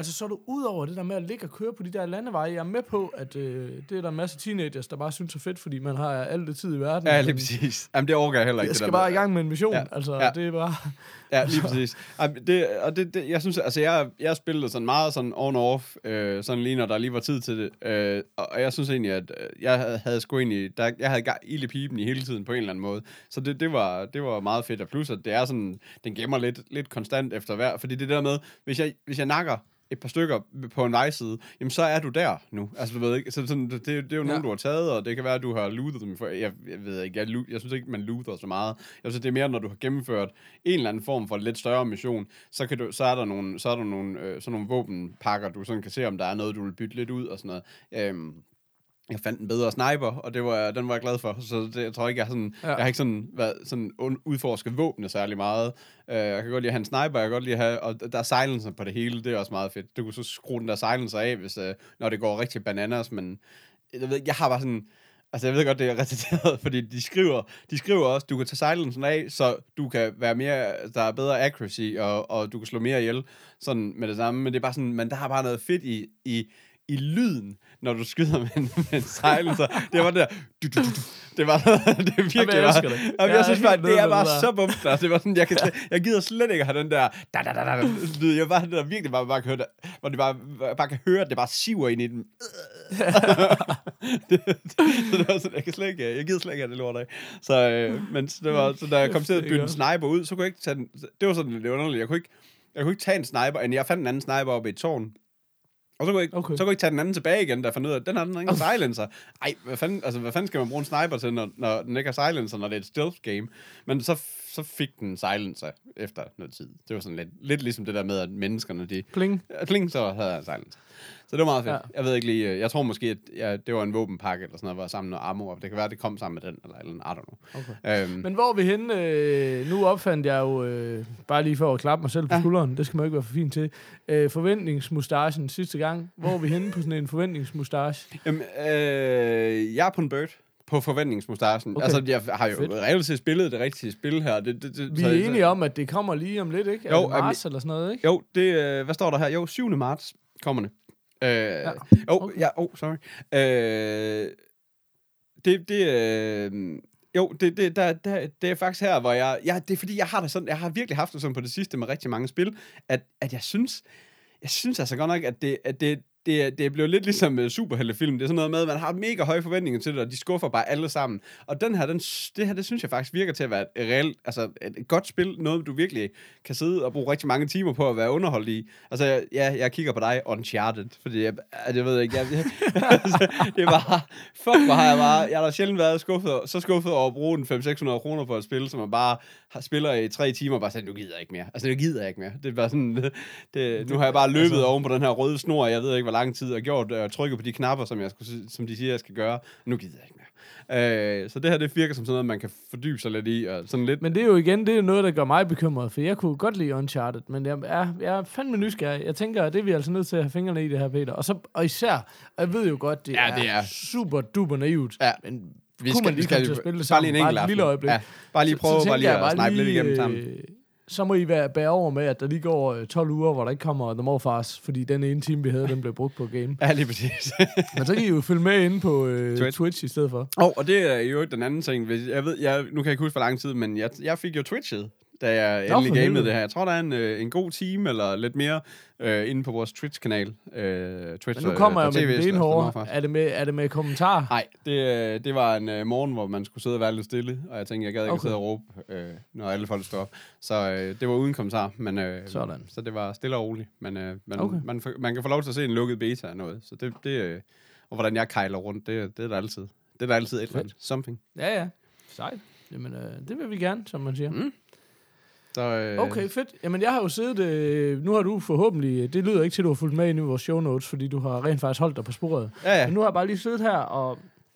Speaker 3: Altså, så er du ud over det der med at ligge og køre på de der landeveje. Jeg er med på, at øh, det er der en masse teenagers, der bare synes er fedt, fordi man har alt det tid i verden.
Speaker 2: Ja, lige præcis. Jamen, det overgår jeg heller ikke.
Speaker 3: Jeg
Speaker 2: det
Speaker 3: skal
Speaker 2: der
Speaker 3: bare
Speaker 2: med.
Speaker 3: i gang med en mission.
Speaker 2: Ja.
Speaker 3: Altså,
Speaker 2: Ja.
Speaker 3: det er bare...
Speaker 2: Ja, lige præcis. Jamen, det, og det, det, jeg synes, altså, jeg, jeg spillede sådan meget sådan on-off, øh, sådan lige når der lige var tid til det. Øh, og jeg synes egentlig, at jeg havde, havde sgu egentlig, der, jeg havde ild i pipen i hele tiden på en eller anden måde. Så det, det, var, det var meget fedt. Og plus, at det er sådan, den gemmer lidt, lidt konstant efter hver. Fordi det der med, hvis jeg, hvis jeg nakker et par stykker på en vejside, jamen så er du der nu. Altså, du ved ikke, så sådan, det, det er jo nogen, ja. du har taget, og det kan være, at du har lootet dem. For, jeg, jeg ved ikke, jeg, jeg synes ikke, man looter så meget. Jeg synes, det er mere, når du har gennemført en eller anden form for lidt større mission, så, kan du, så er der nogle, så er der nogle, øh, sådan nogle våbenpakker, du sådan kan se, om der er noget, du vil bytte lidt ud og sådan noget. Øhm, Jeg fandt en bedre sniper, og det var, den var jeg glad for. Så det, jeg tror ikke, jeg har, sådan, ja. jeg har ikke sådan, været, sådan udforsket våbne særlig meget. Uh, jeg kan godt lide at have en sniper, jeg kan godt lide at have, og der er silencer på det hele, det er også meget fedt. Du kan så skrue den der silencer af, hvis, uh, når det går rigtig bananas, men jeg ved jeg har bare sådan, altså jeg ved godt, det er retarderet, fordi de skriver, de skriver også, du kan tage silencen af, så du kan være mere, der er bedre accuracy, og, og du kan slå mere ihjel, sådan med det samme, men det er bare sådan, men der har bare noget fedt i, i i lyden, når du skyder med en, med en silencer. Det var det der... Du, du, du, du. Det var det er virkelig
Speaker 3: Jamen, jeg elsker
Speaker 2: bare...
Speaker 3: det.
Speaker 2: Jamen, jeg synes bare, det er bare
Speaker 3: der.
Speaker 2: så bumster. Det var sådan, jeg, kan, jeg gider slet ikke have den der... Da, da, da, da, lyd. Jeg bare, det der virkelig bare, bare kan høre det, hvor det bare, bare kan høre, at det bare siver ind i den. det, det, så det var sådan, jeg kan slet ikke... Jeg gider slet ikke have det lort af. Så, øh, men det var, så da jeg kom til at bytte en sniper ud, så kunne jeg ikke tage den... Det var sådan lidt underligt. Jeg kunne ikke, jeg kunne ikke tage en sniper, end jeg fandt en anden sniper oppe i et tårn. Og så kunne, jeg ikke, okay. så kunne jeg ikke tage den anden tilbage igen, der fandt ud af, at den har den ingen silencer. Ej, hvad fanden, altså, hvad fanden skal man bruge en sniper til, når, når den ikke har silencer, når det er et stealth game? Men så, så fik den silencer efter noget tid. Det var sådan lidt, lidt ligesom det der med, at menneskerne, de...
Speaker 3: Pling.
Speaker 2: Pling, så havde jeg silencer. Så det var meget fedt.
Speaker 3: Ja.
Speaker 2: Jeg ved ikke lige, jeg tror måske, at ja, det var en våbenpakke eller sådan noget, var sammen med armor. Det kan være, at det kom sammen med den, eller, eller I don't know.
Speaker 3: Okay.
Speaker 2: Øhm.
Speaker 3: Men hvor er vi henne? Øh, nu opfandt jeg jo, øh, bare lige for at klappe mig selv på ja. skulderen, det skal man jo ikke være for fint til, øh, forventningsmustachen sidste gang. Hvor er vi henne på sådan en forventningsmustache?
Speaker 2: Jamen, øh, jeg er på en bird. På forventningsmustachen. Okay. Altså, jeg har jo reelt set spillet det rigtige spil her. Det, det, det,
Speaker 3: vi er så, enige om, at det kommer lige om lidt, ikke? Jo, er det marts eller sådan noget, ikke?
Speaker 2: Jo, det, øh, hvad står der her? Jo, syvende marts kommer det. Øh, ja. Oh, okay. ja, oh, sorry. Øh, det, det, øh, jo, det, det, der, der, det er faktisk her, hvor jeg, ja, det er fordi, jeg har det sådan, jeg har virkelig haft det sådan på det sidste med rigtig mange spil, at, at jeg synes, jeg synes altså godt nok, at det, at det, det, det blev lidt ligesom uh, superheltefilm. Det er sådan noget med, at man har mega høje forventninger til det, og de skuffer bare alle sammen. Og den her, den, det her, det synes jeg faktisk virker til at være et reelt, altså et godt spil, noget du virkelig kan sidde og bruge rigtig mange timer på at være underholdt i. Altså, ja, jeg kigger på dig, Uncharted, fordi jeg, jeg ved ikke, jeg, jeg, det var, fuck, hvor har jeg bare, jeg har da sjældent været skuffet, så skuffet over at bruge en fem til seks hundrede kroner på et spil, som man bare har, spiller i tre timer, og bare sådan, nu gider jeg ikke mere. Altså, nu gider jeg ikke mere. Det er bare sådan, det, det, nu har jeg bare løbet altså, oven på den her røde snor, jeg ved ikke, hvor lang tid jeg har gjort, og trykket på de knapper, som, jeg skulle, som de siger, jeg skal gøre. Nu gider jeg ikke mere. Øh, så det her, det virker som sådan noget, man kan fordybe sig lidt i. Og sådan lidt.
Speaker 3: Men det er jo igen, det er noget, der gør mig bekymret, for jeg kunne godt lide Uncharted, men jeg er, jeg er fandme nysgerrig. Jeg tænker, at det er vi altså nødt til at have fingrene i det her, Peter. Og, så, og især, og jeg ved jo godt, det,
Speaker 2: ja, det er,
Speaker 3: er super duper naivt,
Speaker 2: ja.
Speaker 3: men
Speaker 2: vi
Speaker 3: kunne
Speaker 2: skal,
Speaker 3: man lige komme til at spille det sammen, bare, bare et lille øjeblik. Ja,
Speaker 2: bare lige prøve, så, så bare lige at snipe lidt igennem sammen.
Speaker 3: Øh, så må I være bære over med, at der lige går tolv uger, hvor der ikke kommer The Morfars, fordi den ene time, vi havde, den blev brugt på game.
Speaker 2: Ja, lige præcis.
Speaker 3: Men så kan I jo følge med inde på øh, Twitch. Twitch i stedet for.
Speaker 2: Oh, og det er jo den anden ting. Jeg ved, jeg, nu kan jeg ikke huske, hvor lang tid, men jeg, jeg fik jo Twitchet, da jeg Nå, endelig gamede det her. Jeg tror, der er en, en god time eller lidt mere øh, inde på vores Twitch-kanal. Øh, Twitch,
Speaker 3: men nu kommer jeg med den ene hårde. Er det med, er det med kommentarer?
Speaker 2: Nej, det, det var en uh, morgen, hvor man skulle sidde og være lidt stille, og jeg tænkte, jeg gad ikke okay. sidde og råbe, øh, når alle folk står op. Så øh, det var uden kommentar, men, øh,
Speaker 3: Sådan.
Speaker 2: Så det var stille og roligt. Men øh, man,
Speaker 3: okay.
Speaker 2: man, man kan få lov til at se en lukket beta af noget. Så det, det øh, og hvordan jeg kejler rundt, det, det er der altid. Det er der altid et eller andet. Something.
Speaker 3: Ja, ja. Sejt. Jamen, øh, det vil vi gerne, som man siger.
Speaker 2: Mm. Så, øh...
Speaker 3: Okay, fedt. Jamen, jeg har jo siddet... Øh, nu har du forhåbentlig... Det lyder ikke til, at du har fulgt med i vores show notes, fordi du har rent faktisk holdt dig på sporet.
Speaker 2: Ja, ja.
Speaker 3: Men nu har jeg bare lige siddet her og,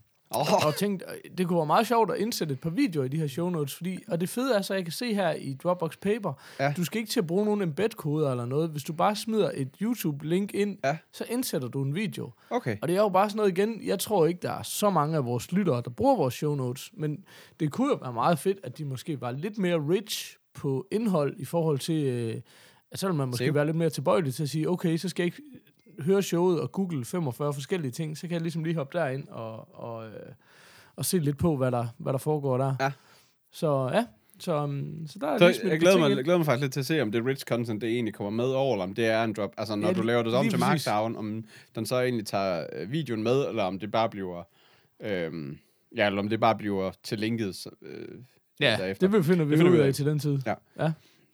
Speaker 2: oh.
Speaker 3: og tænkt, det kunne være meget sjovt at indsætte et par videoer i de her show notes, fordi, og det fede er så, jeg kan se her i Dropbox Paper, ja. Du skal ikke til at bruge nogen embed-koder eller noget. Hvis du bare smider et YouTube-link ind, ja. Så indsætter du en video.
Speaker 2: Okay.
Speaker 3: Og det er jo bare sådan noget igen, jeg tror ikke, der er så mange af vores lyttere, der bruger vores show notes, men det kunne jo være meget fedt, at de måske var lidt mere rich på indhold i forhold til, øh, så vil man måske
Speaker 2: Save.
Speaker 3: være lidt mere tilbøjelig til at sige, okay, så skal jeg ikke høre showet og google femogfyrre forskellige ting, så kan jeg ligesom lige hoppe derind og, og, øh, og se lidt på, hvad der, hvad der foregår der.
Speaker 2: Ja.
Speaker 3: Så ja, så, um, så der er
Speaker 2: Så
Speaker 3: ligesom
Speaker 2: jeg glæder mig, jeg glæder mig faktisk lidt til at se, om det rich content, det egentlig kommer med over, eller om det er en drop. Altså, når
Speaker 3: Ja,
Speaker 2: du laver det om
Speaker 3: lige
Speaker 2: til
Speaker 3: præcis.
Speaker 2: Markdown, om den så egentlig tager øh, videoen med, eller om det bare bliver... Øhm, ja, eller om det bare bliver til linket øh,
Speaker 3: Ja,
Speaker 2: derefter.
Speaker 3: det finder vi
Speaker 2: Det finder
Speaker 3: ud
Speaker 2: vi ud
Speaker 3: af
Speaker 2: af.
Speaker 3: til den tid.
Speaker 2: Ja.
Speaker 3: ja.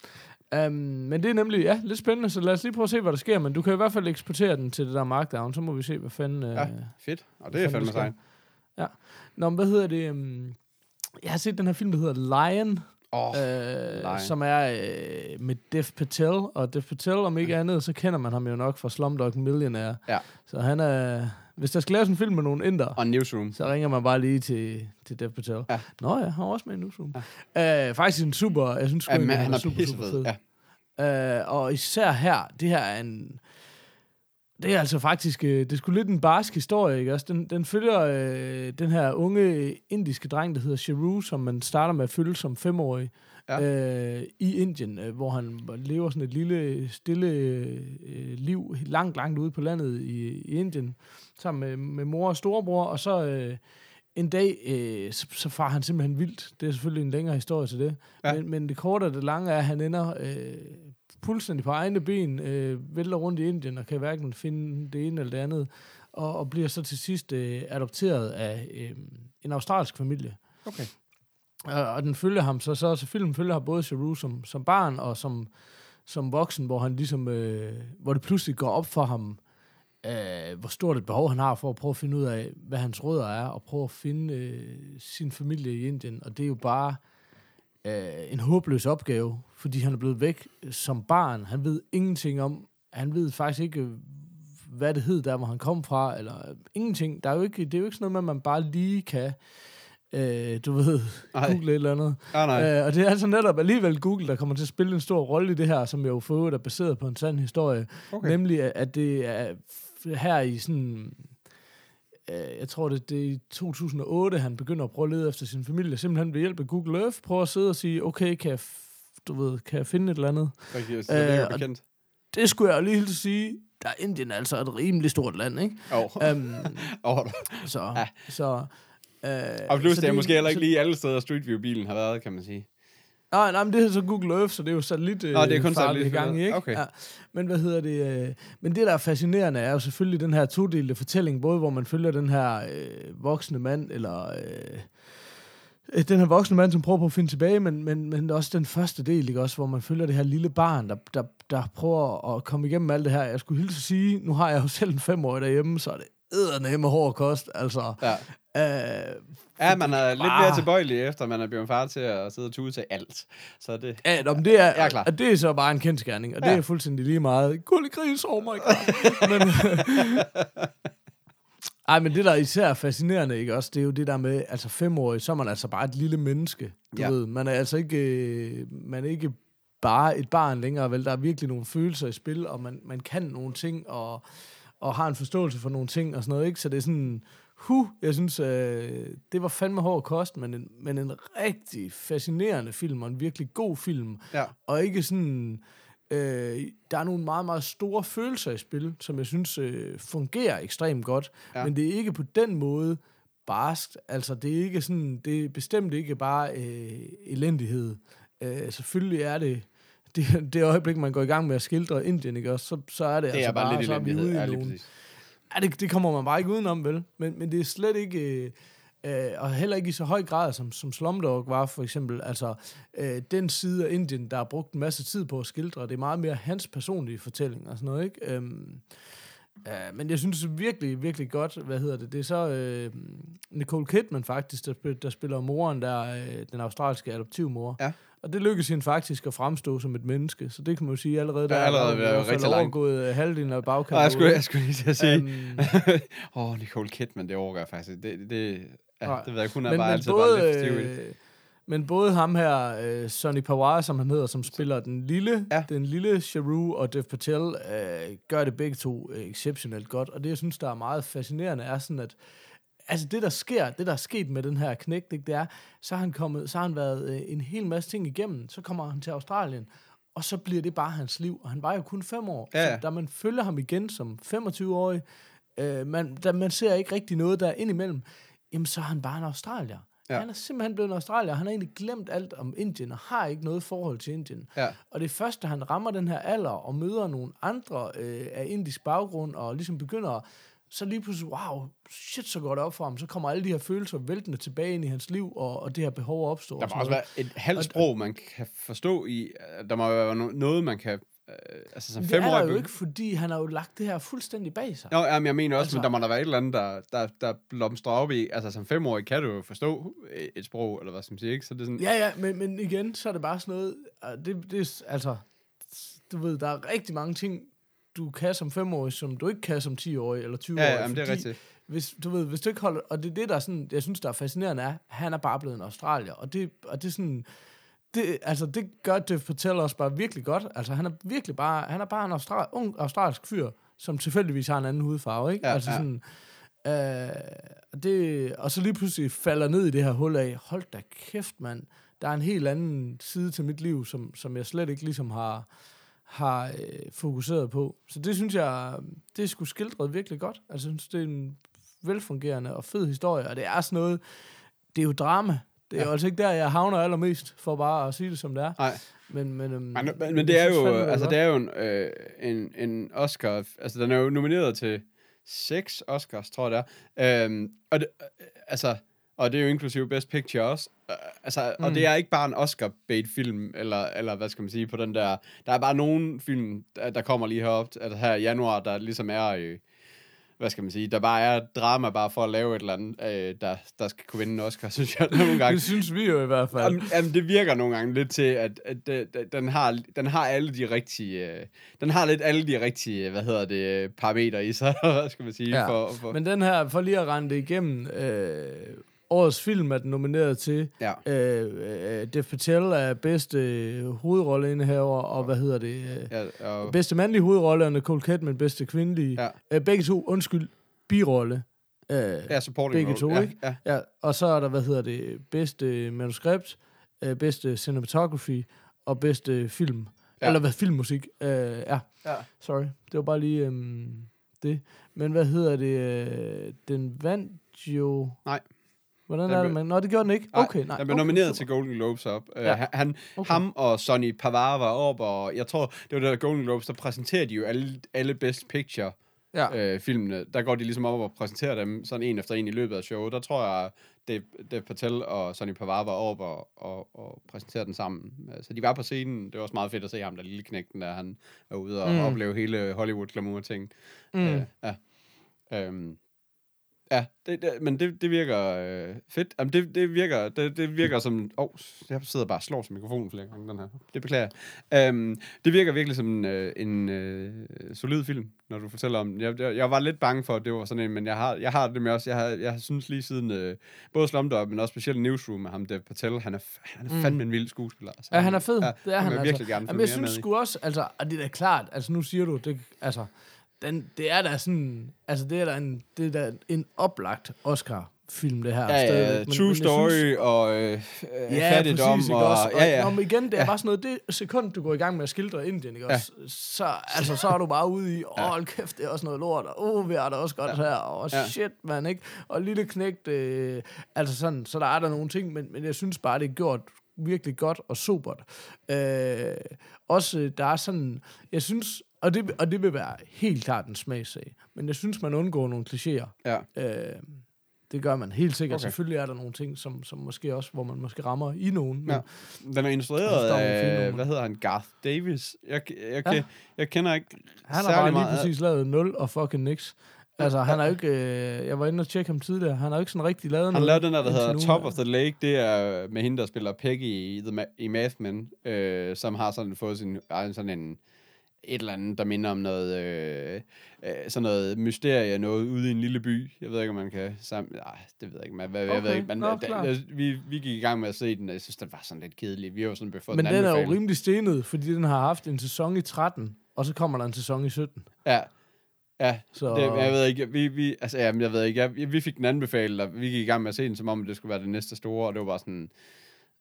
Speaker 3: Um, men det er nemlig, ja, lidt spændende, så lad os lige prøve at se, hvad der sker. Men du kan i hvert fald eksportere den til det der Markdown, så må vi se, hvad fanden...
Speaker 2: Ja,
Speaker 3: øh,
Speaker 2: fedt. Og det
Speaker 3: hvad
Speaker 2: er
Speaker 3: fanden
Speaker 2: fandme
Speaker 3: der
Speaker 2: sejt.
Speaker 3: sker. Ja. Nå, men hvad hedder det? Um, jeg har set den her film, der hedder Lion,
Speaker 2: Åh,
Speaker 3: øh,
Speaker 2: Lion.
Speaker 3: som er øh, med Dev Patel. Og Dev Patel, om ikke andet, så kender man ham jo nok fra Slumdog Millionaire.
Speaker 2: Ja.
Speaker 3: Så han er... Hvis der skal laves en film med nogle inder,
Speaker 2: Og Newsroom.
Speaker 3: så ringer man bare lige til, til Dev Patel.
Speaker 2: Ja.
Speaker 3: Nå ja, han var også med i Newsroom. Ja. Øh, faktisk en super... Jeg synes sgu,
Speaker 2: Ja,
Speaker 3: egentlig,
Speaker 2: men han er
Speaker 3: super, super
Speaker 2: pissefed.
Speaker 3: fed.
Speaker 2: Ja.
Speaker 3: Uh, og især her, det her er en... Det er altså faktisk... Uh, det er sgu lidt en barsk historie, ikke også? Den, den følger uh, den her unge indiske dreng, der hedder Sheru, som man starter med at følge som femårig
Speaker 2: Ja.
Speaker 3: uh, i Indien, uh, hvor han lever sådan et lille, stille uh, liv, langt, langt ude på landet i, i Indien, sammen med, med mor og storebror, og så... Uh, en dag, øh, så, så far han simpelthen vildt. Det er selvfølgelig en længere historie til det.
Speaker 2: Ja.
Speaker 3: Men, men det korte og det lange er, at han ender øh, fuldstændig på egne ben, øh, vælter rundt i Indien og kan hverken finde det ene eller det andet, og, og bliver så til sidst øh, adopteret af øh, en australsk familie.
Speaker 2: Okay.
Speaker 3: Og, og den følger ham, så, så, så filmen følger ham både Sheru som, som barn og som, som voksen, hvor han ligesom, øh, hvor det pludselig går op for ham, Uh, hvor stort et behov han har for at prøve at finde ud af, hvad hans rødder er, og prøve at finde uh, sin familie i Indien. Og det er jo bare uh, en håbløs opgave, fordi han er blevet væk som barn. Han ved ingenting om, han ved faktisk ikke, hvad det hed der, hvor han kom fra, eller ingenting. Der er jo ikke, det er jo ikke sådan noget med, at man bare lige kan, uh, du ved,
Speaker 2: Ej.
Speaker 3: google et eller andet.
Speaker 2: Ah, nej.
Speaker 3: Uh, og det er altså netop alligevel Google, der kommer til at spille en stor rolle i det her, som jo for øvrigt er baseret på en sand historie.
Speaker 2: Okay.
Speaker 3: Nemlig, at- at det er her i sådan... Øh, jeg tror, det, det er i to tusind og otte, han begynder at prøve at lede efter sin familie. Simpelthen ved hjælp af Google Earth. Prøver at sidde og sige, okay, kan jeg, f- du ved, kan jeg finde et eller andet?
Speaker 2: Okay, så det er jo
Speaker 3: Øh, og-
Speaker 2: bekendt.
Speaker 3: Det skulle jeg jo lige helt sige. Der er Indien altså et rimelig stort land, ikke?
Speaker 2: Åh.
Speaker 3: Um,
Speaker 2: Åh.
Speaker 3: så...
Speaker 2: Ja.
Speaker 3: så øh,
Speaker 2: Og plus,
Speaker 3: så
Speaker 2: det er måske heller ikke
Speaker 3: så-
Speaker 2: lige alle steder, Street View-bilen har været, kan man sige.
Speaker 3: Nej, nej, men det er så Google Earth, så det er jo satellit øh,
Speaker 2: Nå, det er kun
Speaker 3: farligt
Speaker 2: satellit-
Speaker 3: i gang, ikke?
Speaker 2: okay.
Speaker 3: Ja. Men hvad hedder det? Øh, men det, der er fascinerende, er jo selvfølgelig den her todelte fortælling, både hvor man følger den her øh, voksne mand, eller øh, den her voksne mand, som prøver på at finde tilbage, men, men, men også den første del, ikke også, hvor man følger det her lille barn, der, der, der prøver at komme igennem alt det her. Jeg skulle hilse at sige, nu har jeg jo selv en femårig derhjemme, så er det eddernemme hård kost, altså.
Speaker 2: Ja.
Speaker 3: Øh,
Speaker 2: Ja, man er lidt
Speaker 3: Ah.
Speaker 2: mere tilbøjelig efter, man er blevet far til at sidde og tude til alt. Så det...
Speaker 3: Ja, nå, men det er,
Speaker 2: Ja, klar.
Speaker 3: og det er så bare en kendskærning, og det
Speaker 2: Ja.
Speaker 3: er fuldstændig lige meget. Gullig gris, oh my god. men, ej, men det der er især fascinerende, ikke også, det er jo det der med, altså femårig, så er man altså bare et lille menneske. Du
Speaker 2: Ja.
Speaker 3: ved, man er altså ikke, øh, man er ikke bare et barn længere, vel? Der er virkelig nogle følelser i spil, og man, man kan nogle ting, og, og har en forståelse for nogle ting, og sådan noget, ikke? Så det er sådan... Huh, jeg synes, øh, det var fandme hård kost, men en, men en rigtig fascinerende film, og en virkelig god film.
Speaker 2: Ja.
Speaker 3: Og ikke sådan... Øh, der er nogle meget, meget store følelser i spil, som jeg synes øh, fungerer ekstremt godt,
Speaker 2: Ja.
Speaker 3: ja. Men det er ikke på den måde barskt. Altså, det er ikke sådan... Det er bestemt ikke bare øh, elendighed. Øh, selvfølgelig er det... Det, det øjeblik, man går i gang med at skildre Indien, ikke også, så, så er det,
Speaker 2: Det
Speaker 3: altså
Speaker 2: er bare lidt
Speaker 3: så er vi ude
Speaker 2: elendighed.
Speaker 3: i
Speaker 2: Ja, lige
Speaker 3: nogle...
Speaker 2: præcis.
Speaker 3: Ja, det, det kommer man bare ikke udenom, vel? Men, men det er slet ikke... Øh, øh, og heller ikke i så høj grad, som, som Slumdog var, for eksempel. Altså, øh, den side af Indien, der har brugt en masse tid på at skildre, det er meget mere hans personlige fortælling og sådan noget, ikke? Øhm, øh, men jeg synes virkelig, virkelig godt, hvad hedder det? Det er så øh, Nicole Kidman faktisk, der, spil, der spiller moren der, øh, den australske adoptivmor.
Speaker 2: Ja.
Speaker 3: Og det lykkes hende faktisk at fremstå som et menneske, så det kan man jo sige allerede, der
Speaker 2: Ja, allerede
Speaker 3: er
Speaker 2: været rigtig langt.
Speaker 3: overgået øh, halvdelen af bagkanten.
Speaker 2: Og jeg skulle, jeg skulle lige til at sige...
Speaker 3: Øhm,
Speaker 2: Åh, oh, Nicole Kidman, det overgår jeg faktisk. Det, det, ja,
Speaker 3: Nej.
Speaker 2: det ved jeg, hun er
Speaker 3: men,
Speaker 2: bare
Speaker 3: men
Speaker 2: altid
Speaker 3: både,
Speaker 2: bare lidt stiv i det.
Speaker 3: øh, men både ham her, øh, Sonny Pawar, som han hedder, som spiller den lille,
Speaker 2: Ja.
Speaker 3: ja. den lille Sheru, og Dev Patel, øh, gør det begge to øh, exceptionelt godt. Og det, jeg synes, der er meget fascinerende, er sådan, at altså det, der sker, det, der er sket med den her knægt, ikke, det er, så har han, kommet, så har han været øh, en hel masse ting igennem, så kommer han til Australien, og så bliver det bare hans liv. Og han var jo kun fem år.
Speaker 2: Ja, ja.
Speaker 3: Så da man følger ham igen som femogtyve-årig, øh, man, da man ser ikke rigtig noget der indimellem, jamen så er han bare en australier. Ja. Han er simpelthen blevet en australier. Han har egentlig glemt alt om Indien, og har ikke noget forhold til Indien.
Speaker 2: Ja.
Speaker 3: Og det første, han rammer den her alder, og møder nogle andre øh, af indisk baggrund, og ligesom begynder, så lige pludselig, wow, shit, så går det op for ham. Så kommer alle de her følelser væltende tilbage ind i hans liv, og, og det her behov opstår.
Speaker 2: Der må også være et halvt sprog, man kan forstå i. Der må være noget, man kan... Øh, altså som
Speaker 3: det
Speaker 2: fem
Speaker 3: er
Speaker 2: år
Speaker 3: der jo ikke, fordi han har jo lagt det her fuldstændig bag sig.
Speaker 2: Jo, jamen, jeg mener også,
Speaker 3: altså,
Speaker 2: men der må der være et eller andet, der, der, der blomstrer op i. Altså som femårig kan du jo forstå et sprog, eller hvad skal man sige, ikke? Så det er sådan...
Speaker 3: Ja, ja, men, men igen, så er det bare sådan noget... Det, det, altså, du ved, der er rigtig mange ting, du kan som femårig, som du ikke kan som ti-årig eller tyve-årig.
Speaker 2: Ja, jamen, det er rigtigt.
Speaker 3: Hvis, du ved, hvis du ikke holder... Og det er det, der sådan, jeg synes, der er fascinerende, er, han er bare blevet en australier. Og det, og det er sådan... Det, altså, det gør det fortæller os bare virkelig godt. Altså, han er virkelig bare... Han er bare en austral, ung australsk fyr, som tilfældigvis har en anden hudfarve, ikke?
Speaker 2: Ja,
Speaker 3: altså
Speaker 2: ja.
Speaker 3: sådan... Øh, det, og så lige pludselig falder ned i det her hul af, hold da kæft, mand. Der er en helt anden side til mit liv, som, som jeg slet ikke ligesom har... har øh, fokuseret på. Så det synes jeg, det er sgu skildret virkelig godt. Altså, jeg synes, det er en velfungerende og fed historie, og det er sådan noget, det er jo drama. Det er ja. jo altså ikke der, jeg havner allermest, for bare at sige det, som det er.
Speaker 2: Nej.
Speaker 3: Men, men, øhm,
Speaker 2: men, men, men det er jo,
Speaker 3: fandme,
Speaker 2: altså
Speaker 3: det
Speaker 2: det er jo en, øh, en, en Oscar, altså den er jo nomineret til seks Oscars, tror jeg det er. Øhm, og det, øh, altså, og det er jo inklusive Best Picture også. Uh, altså, mm. Og det er ikke bare en Oscar-bait-film, eller, eller hvad skal man sige, på den der... Der er bare nogle film, der, der kommer lige herop, altså her i januar, der ligesom er... Øh, hvad skal man sige, der bare er drama bare for at lave et eller andet, øh, der, der skal kunne vinde en Oscar, synes jeg nogle gange.
Speaker 3: Det synes vi jo i hvert fald.
Speaker 2: Jamen, jamen, det virker nogle gange lidt til, at, at, at, at den, har, den har alle de rigtige, øh, den har lidt alle de rigtige, hvad hedder det, parametre i sig, hvad skal man sige.
Speaker 3: Ja.
Speaker 2: For, for.
Speaker 3: Men den her, for lige at rende det igennem, øh, årets film er den nomineret til.
Speaker 2: Ja.
Speaker 3: Øh, øh, Dev Patel er bedste øh, hovedrolleindehaver, og hvad hedder det? Øh,
Speaker 2: Ja, og...
Speaker 3: Bedste mandlige hovedrolle, og Nicole Kidman bedste kvindelige.
Speaker 2: Ja.
Speaker 3: Øh, begge to, undskyld, birolle. Øh,
Speaker 2: Ja, supporting
Speaker 3: begge
Speaker 2: role.
Speaker 3: to,
Speaker 2: Ja,
Speaker 3: ikke?
Speaker 2: ja.
Speaker 3: Ja, og så er der, hvad hedder det, bedste manuskript, øh, bedste cinematography, og bedste film.
Speaker 2: Ja.
Speaker 3: Eller hvad, filmmusik. Øh, ja.
Speaker 2: Ja.
Speaker 3: Sorry, det var bare lige øhm, det. Men hvad hedder det? Øh, den vandt jo...
Speaker 2: Nej.
Speaker 3: Hvordan
Speaker 2: Den
Speaker 3: er
Speaker 2: blev-
Speaker 3: det, man... Nå, det gjorde den ikke? Okay, nej.
Speaker 2: Den blev
Speaker 3: okay,
Speaker 2: nomineret
Speaker 3: super.
Speaker 2: til Golden Globes op.
Speaker 3: Ja.
Speaker 2: Uh, han,
Speaker 3: Okay.
Speaker 2: Ham og Sonny Pavard var op, og jeg tror, det var der Golden Globes, der præsenterede de jo alle, alle Best Picture
Speaker 3: Ja.
Speaker 2: øh, filmene. Der går de ligesom op og præsenterer dem sådan en efter en i løbet af showet. Der tror jeg, Dev, Dev Patel og Sonny Pavard var op og, og, og præsenterede den sammen. Så de var på scenen. Det var også meget fedt at se ham, der lille knægten, der han var ude og
Speaker 3: Mm.
Speaker 2: opleve hele Hollywood-glamour-ting.
Speaker 3: Mm.
Speaker 2: Øh, ja. Øhm. Ja, det, det, men det, det virker øh, fedt. Jamen, det, det, virker, det, det virker som... Åh, oh, jeg sidder bare og slår til mikrofonen flere gange, den her. Det beklager jeg. Øhm, det virker virkelig som en, øh, en øh, solid film, når du fortæller om den. Jeg, jeg, jeg var lidt bange for, at det var sådan en, men jeg har, jeg har det med også... Jeg har, jeg synes lige siden... Øh, både Slumdog, men også specielt Newsroom med ham, Dev Patel, han er, han er
Speaker 3: Mm.
Speaker 2: fandme en vild skuespiller. Altså,
Speaker 3: Ja, han er fed.
Speaker 2: Ja,
Speaker 3: Det er han,
Speaker 2: han vil
Speaker 3: altså.
Speaker 2: virkelig gerne
Speaker 3: Jamen,
Speaker 2: følge
Speaker 3: jeg
Speaker 2: mere
Speaker 3: synes
Speaker 2: med i.
Speaker 3: sgu også, altså, og det er da klart, altså nu siger du, det, altså, den, det er da sådan, altså det er da en, det er da en oplagt Oscar-film, det her.
Speaker 2: Ja, ja,
Speaker 3: stadigvæk. Men-
Speaker 2: True
Speaker 3: men jeg
Speaker 2: Story
Speaker 3: synes-
Speaker 2: og øh, øh,
Speaker 3: Ja,
Speaker 2: fattigdom.
Speaker 3: præcis, ikke
Speaker 2: og,
Speaker 3: også? Og,
Speaker 2: ja, ja.
Speaker 3: Nå, men igen, det er
Speaker 2: Ja.
Speaker 3: bare sådan noget, det sekund, du går i gang med at skildre Indien, ikke
Speaker 2: Ja.
Speaker 3: også? Så, altså, så er du bare ude i, åh,
Speaker 2: Ja.
Speaker 3: hold kæft, det er også noget lort, og åh, vi er der også godt her, og
Speaker 2: Ja.
Speaker 3: shit, man, ikke? Og lille knægt, øh, altså sådan, så der er der nogle ting, men, men jeg synes bare, det er gjort virkelig godt og supert. Øh, også, øh, der er sådan, jeg synes, og det, og det vil være helt klart en smagssag, men jeg synes, man undgår nogle klichéer.
Speaker 2: Ja.
Speaker 3: Øh, det gør man helt sikkert.
Speaker 2: Okay.
Speaker 3: Selvfølgelig er der nogle ting, som, som måske også, hvor man måske rammer i nogen. Men,
Speaker 2: Ja. Den er instrueret
Speaker 3: Der står nogle fine
Speaker 2: af,
Speaker 3: numre.
Speaker 2: hvad hedder han, Garth Davis. Jeg, jeg,
Speaker 3: Ja.
Speaker 2: jeg, jeg kender ikke
Speaker 3: Han har
Speaker 2: særlig
Speaker 3: bare lige
Speaker 2: meget.
Speaker 3: præcis lavet nul og fucking niks. Altså, han er jo ikke... Øh, jeg var inde og tjekke ham tidligere. Han har jo ikke sådan rigtig lavet
Speaker 2: Han
Speaker 3: noget.
Speaker 2: lavede den der, der
Speaker 3: indtil
Speaker 2: hedder
Speaker 3: nu.
Speaker 2: Top of the Lake. Det er med hende, der spiller Peggy i, The Ma- i Math Men, øh, som har sådan fået sin egen sådan en et eller andet, der minder om noget, øh, øh, sådan noget mysterie, noget ude i en lille by. Jeg ved ikke, om man kan sammen... Nej, det ved jeg ikke. Men, hvad, jeg ved
Speaker 3: Okay,
Speaker 2: ikke. Men,
Speaker 3: nå,
Speaker 2: da,
Speaker 3: klart.
Speaker 2: jeg, vi, vi gik i gang med at se den, og jeg synes, den var sådan lidt kedelig. Vi har jo sådan fået
Speaker 3: Men
Speaker 2: den
Speaker 3: den er jo
Speaker 2: anbefaling.
Speaker 3: rimelig stenet, fordi den har haft en sæson i tretten, og så kommer der en sæson i sytten.
Speaker 2: Ja. Ja,
Speaker 3: Så-
Speaker 2: det, jeg ved ikke, vi, vi, altså, ja, men jeg ved ikke, jeg, vi fik den anbefalet, og vi gik i gang med at se den, som om det skulle være det næste store, og det var bare sådan,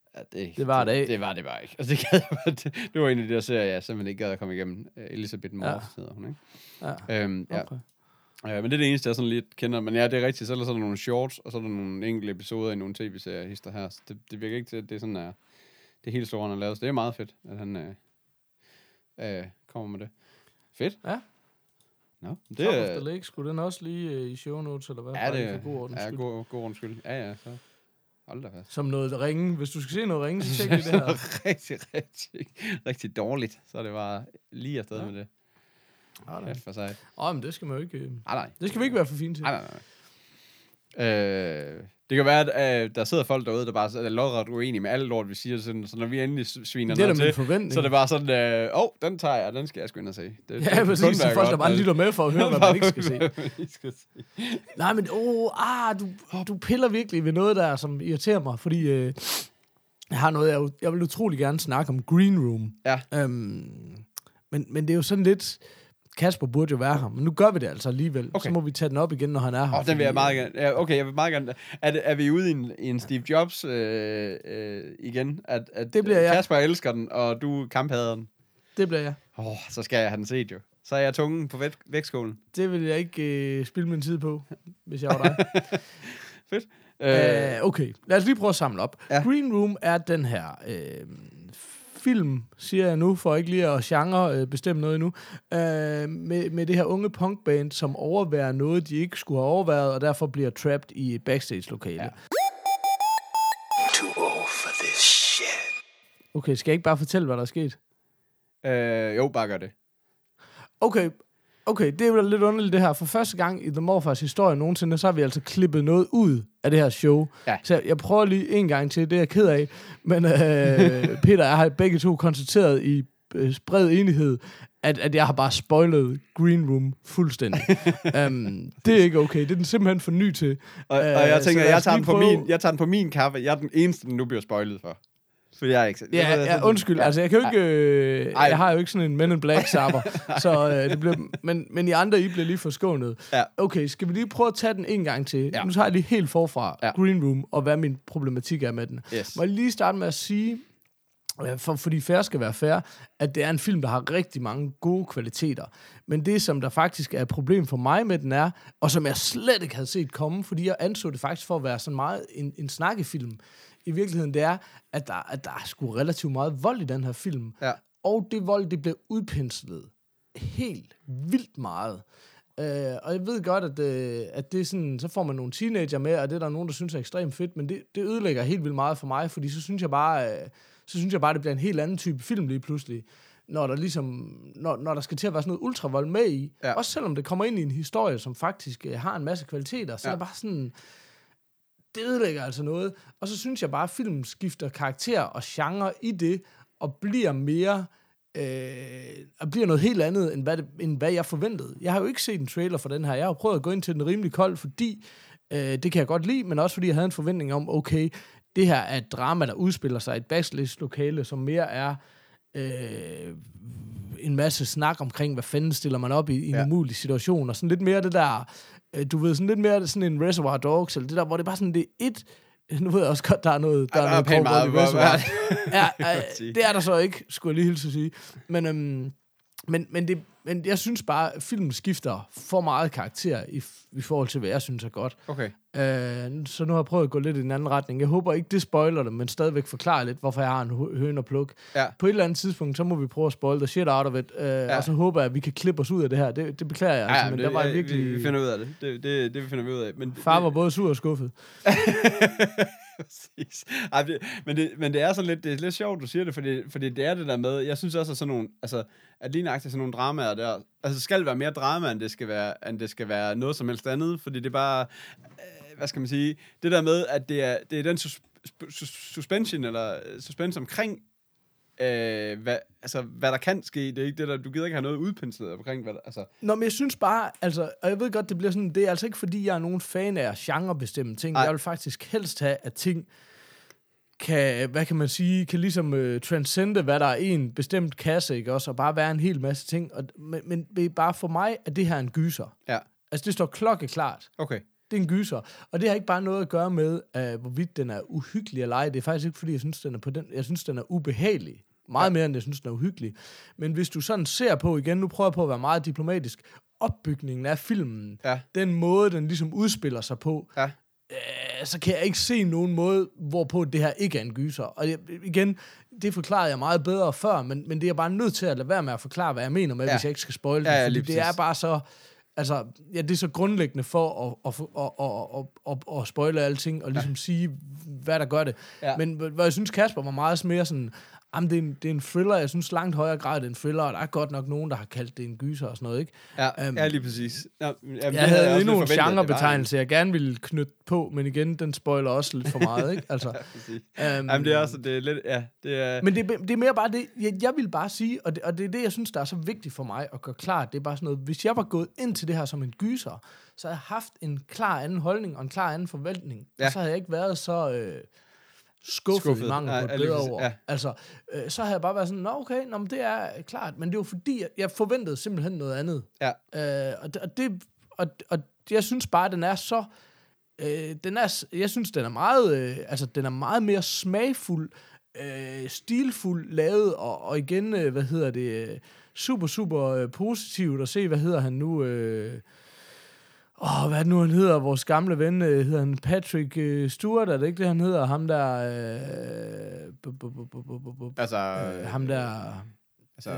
Speaker 2: Ja, det,
Speaker 3: Det var det,
Speaker 2: det, det var det bare ikke. Altså, det, gad, det, det var en af de der serier, jeg simpelthen ikke gad at komme igennem. Elisabeth Morse ja. hedder hun, ikke?
Speaker 3: Ja,
Speaker 2: øhm, ja.
Speaker 3: okay.
Speaker 2: Ja, men det er det eneste, jeg sådan lidt kender. Men ja, det er rigtigt. Så er der sådan nogle shorts, og så er der nogle enkelte episoder i nogle tv-serier, hister her. Så det, det virker ikke til, at det er sådan, at det er helt store, han har lavet. Så det er meget fedt, at han øh, øh, kommer med det. Fedt.
Speaker 3: Ja.
Speaker 2: Nå, det
Speaker 3: Top
Speaker 2: er...
Speaker 3: of the Lake, skulle den også lige øh, i show notes, eller hvad?
Speaker 2: Ja, det er
Speaker 3: god ordens
Speaker 2: ja,
Speaker 3: skyld.
Speaker 2: god, god undskyld. Ja, ja, så hold da fast.
Speaker 3: Som noget ringe. Hvis du skal se noget ringe, så tjek det her.
Speaker 2: rigtig, rigtig, rigtig dårligt. Så er det bare lige afsted ja. med det.
Speaker 3: Ah, nej.
Speaker 2: For sig.
Speaker 3: Åh, men det skal man jo ikke... Øh...
Speaker 2: Ah, nej.
Speaker 3: Det skal vi ikke være for fint til.
Speaker 2: Nej, nej, nej. Øh, det kan være, at øh, der sidder folk derude, der bare er lodret uenige med alle lort, vi siger. Sådan, så når vi endelig sviner
Speaker 3: det er
Speaker 2: noget til,
Speaker 3: forventning.
Speaker 2: så er det bare sådan, åh, øh, oh, den tager jeg, den skal jeg sgu ind og se. Det,
Speaker 3: ja,
Speaker 2: det,
Speaker 3: præcis. Så folk, der bare lytter med for at høre, hvad man ikke skal se.
Speaker 2: skal se.
Speaker 3: Nej, men åh, ah, du, du piller virkelig ved noget der, som irriterer mig, fordi øh, jeg har noget, jeg, jeg vil utrolig gerne snakke om Green Room.
Speaker 2: Ja.
Speaker 3: Øhm, men, men det er jo sådan lidt... Kasper burde jo være her, men nu gør vi det altså alligevel.
Speaker 2: Okay.
Speaker 3: Så må vi tage den op igen, når han er her.
Speaker 2: Åh, oh, den vil jeg meget gerne. Ja, okay, jeg vil meget gerne. Er, det, er vi ude i en, i en Steve Jobs øh, øh, igen? At, at
Speaker 3: det bliver jeg.
Speaker 2: Kasper elsker den, og du kamphader den.
Speaker 3: Det bliver jeg.
Speaker 2: Åh, oh, så skal jeg have den set jo. Så er jeg tungen på væk- vægtskålen.
Speaker 3: Det vil jeg ikke øh, spilde min tid på, hvis jeg var dig.
Speaker 2: Fedt.
Speaker 3: Øh, okay, lad os lige prøve at samle op.
Speaker 2: Ja.
Speaker 3: Green Room er den her øh, film, siger jeg nu, for ikke lige at genre øh, bestemme noget endnu, øh, med, med det her unge punkband, som overværer noget, de ikke skulle have overværet, og derfor bliver trapped i et backstage-lokale. Ja.
Speaker 1: Too old for this shit.
Speaker 3: Okay, skal jeg ikke bare fortælle, hvad der er sket?
Speaker 2: Øh, jo, bare gør det.
Speaker 3: Okay, okay, det er jo lidt underligt det her. For første gang i The Morfars historie nogensinde, så har vi altså klippet noget ud af det her show.
Speaker 2: Ja.
Speaker 3: Så jeg, jeg prøver lige en gang til, det er jeg ked af. Men øh, Peter og jeg har begge to konstateret i øh, bred enighed, at, at jeg har bare spoilet Green Room fuldstændig. um, det er ikke okay. Det er den simpelthen for ny til.
Speaker 2: Og, og jeg
Speaker 3: Uh,
Speaker 2: tænker, jeg tager, den på
Speaker 3: prøve...
Speaker 2: min, jeg tager den på min kaffe. Jeg er den eneste, den nu bliver spoilet for. For jeg er ikke...
Speaker 3: Ja,
Speaker 2: jeg,
Speaker 3: ja, undskyld. Ja. Altså, jeg kan jo ikke... Øh, jeg har jo ikke sådan en Men in Black-sapper. så øh, det bliver... Men, men I andre, I bliver lige forskånet.
Speaker 2: Ja.
Speaker 3: Okay, skal vi lige prøve at tage den en gang til?
Speaker 2: Ja.
Speaker 3: Nu tager jeg lige helt forfra.
Speaker 2: Ja.
Speaker 3: Green Room, og hvad min problematik er med den.
Speaker 2: Yes.
Speaker 3: Må jeg lige starte med at sige, for, fordi fair skal være fair, at det er en film, der har rigtig mange gode kvaliteter. Men det, som der faktisk er et problem for mig med den er, og som jeg slet ikke havde set komme, fordi jeg anså det faktisk for at være sådan meget en, en snakkefilm, i virkeligheden, det er, at der, at der er sgu relativt meget vold i den her film.
Speaker 2: Ja.
Speaker 3: Og det vold, det bliver udpenslet helt vildt meget. Uh, og jeg ved godt, at, uh, at det er sådan, så får man nogle teenager med, og det er der nogen, der synes er ekstremt fedt, men det, det ødelægger helt vildt meget for mig, fordi så synes jeg bare, uh, så synes jeg bare, det bliver en helt anden type film lige pludselig, når der ligesom, når, når der skal til at være sådan noget ultravold med i. Ja. Også selvom det kommer ind i en historie, som faktisk uh, har en masse kvaliteter, så ja. er det bare sådan... Det ødelægger altså noget. Og så synes jeg bare, at filmen skifter karakter og genre i det, og bliver mere... Øh, og bliver noget helt andet, end hvad, det, end hvad jeg forventede. Jeg har jo ikke set en trailer for den her. Jeg har prøvet at gå ind til den rimelig kold, fordi øh, det kan jeg godt lide, men også fordi jeg havde en forventning om, okay, det her er et drama, der udspiller sig i et backstage-lokale, som mere er øh, en masse snak omkring, hvad fanden stiller man op i, i en ja. umulig situation, og sådan lidt mere det der... Du ved, sådan lidt mere sådan en Reservoir Dogs, eller det der, hvor det er bare sådan, det er et... Nu ved jeg også godt, der er noget... Der,
Speaker 2: der
Speaker 3: er,
Speaker 2: er pænt meget.
Speaker 3: Reservoir. ja, øh, det er der så ikke, skulle jeg lige hilse at sige. Men, øhm, men, men, det, men jeg synes bare, at filmen skifter for meget karakter i, i forhold til, hvad jeg synes er godt.
Speaker 2: Okay.
Speaker 3: Øh, så nu har jeg prøvet at gå lidt i den anden retning. Jeg håber ikke, det spoiler det, men stadigvæk forklare lidt, hvorfor jeg har en høne og pluk. Ja. På et eller andet tidspunkt, så må vi prøve at spoil the shit out of it, øh, ja. og så håber jeg, at vi kan klippe os ud af det her. Det, det beklager jeg, ja, altså, men
Speaker 2: det,
Speaker 3: der var
Speaker 2: ja,
Speaker 3: virkelig...
Speaker 2: Vi, vi finder ud af det. Det, det, det vi finder vi ud af. Men,
Speaker 3: Far var både sur og skuffet.
Speaker 2: Præcis. Ej, det, men, det, men det er sådan lidt, det er lidt sjovt, du siger det, fordi, fordi det er det der med, jeg synes også, at sådan nogle, altså, at lige nøjagtigt sådan nogle dramaer der, altså det skal være mere drama, end det skal være, end det skal være noget som helst andet, fordi det er bare, øh, hvad skal man sige, det der med, at det er, det er den sus, sus, suspension, eller suspense omkring, øh, hvad, altså, hvad der kan ske, det er ikke det der, du gider ikke have noget udpenslet omkring, hvad der, altså.
Speaker 3: Nå, men jeg synes bare, altså, og jeg ved godt, det bliver sådan, det er altså ikke fordi, jeg er nogen fan af genrebestemme ting, Ej. Jeg vil faktisk helst have, at ting kan, hvad kan man sige, kan ligesom øh, transcende, hvad der er en bestemt kasse, ikke også, og bare være en hel masse ting, og, men, men bare for mig, at det her er en gyser.
Speaker 2: Ja.
Speaker 3: Altså, det står klokkeklart.
Speaker 2: Okay.
Speaker 3: det er en gyser. Og det har ikke bare noget at gøre med, uh, hvorvidt den er uhyggelig eller ej. Det er faktisk ikke, fordi jeg synes, den er på den. Jeg synes, den er ubehagelig. Meget mere, end jeg synes, den er uhyggelig. Men hvis du sådan ser på igen, nu prøver jeg på at være meget diplomatisk, opbygningen af filmen,
Speaker 2: ja.
Speaker 3: den måde, den ligesom udspiller sig på,
Speaker 2: ja.
Speaker 3: øh, så kan jeg ikke se nogen måde, hvorpå det her ikke er en gyser. Og jeg, igen, det forklarede jeg meget bedre før, men, men det er jeg bare nødt til at lade være med at forklare, hvad jeg mener med, ja. hvis jeg ikke skal spoile det.
Speaker 2: Ja, ja,
Speaker 3: fordi det
Speaker 2: præcis.
Speaker 3: er bare så... Altså, ja, det er så grundlæggende for at, at, at, at, at, at, at spoile alting, og ligesom ja. sige, hvad der gør det. Ja. Men hvor jeg synes, Kasper var meget mere sådan... Jamen, det er, en, det er en thriller. Jeg synes langt højere grad, det er en thriller, og der er godt nok nogen, der har kaldt det en gyser og sådan noget, ikke?
Speaker 2: Ja, um, ja lige præcis. Ja,
Speaker 3: jamen, jeg havde jeg endnu en genrebetegnelse, jeg gerne ville knytte på, men igen, den spoiler også lidt for meget, ikke? Altså,
Speaker 2: ja, um, jamen, det er også, det er lidt, ja, det er...
Speaker 3: Men det, det er mere bare det, jeg, jeg vil bare sige, og det, og det er det, jeg synes, der er så vigtigt for mig at gøre klart, det er bare sådan noget, hvis jeg var gået ind til det her som en gyser, så havde jeg haft en klar anden holdning, og en klar anden forventning, ja. og så havde jeg ikke været så... Øh, skuffet, skuffet. i mangel på et bedre ord. Ja. Altså, øh, så havde jeg bare været sådan, nå okay, nå, men det er klart, men det var fordi, jeg, jeg forventede simpelthen noget andet.
Speaker 2: Ja.
Speaker 3: Øh, og, og, det, og, og jeg synes bare, den er så, øh, den er, jeg synes, den er meget, øh, altså, den er meget mere smagfuld, øh, stilfuld lavet, og, og igen, øh, hvad hedder det, øh, super, super øh, positivt at se, hvad hedder han nu, øh, Åh, oh, hvad er det nu, han hedder? Vores gamle ven, øh, hedder han Patrick øh, Stewart, er det ikke det, han hedder? Ham der... Øh, bu, bu, bu, bu, bu, bu,
Speaker 2: altså...
Speaker 3: Øh, ham der...
Speaker 2: Altså...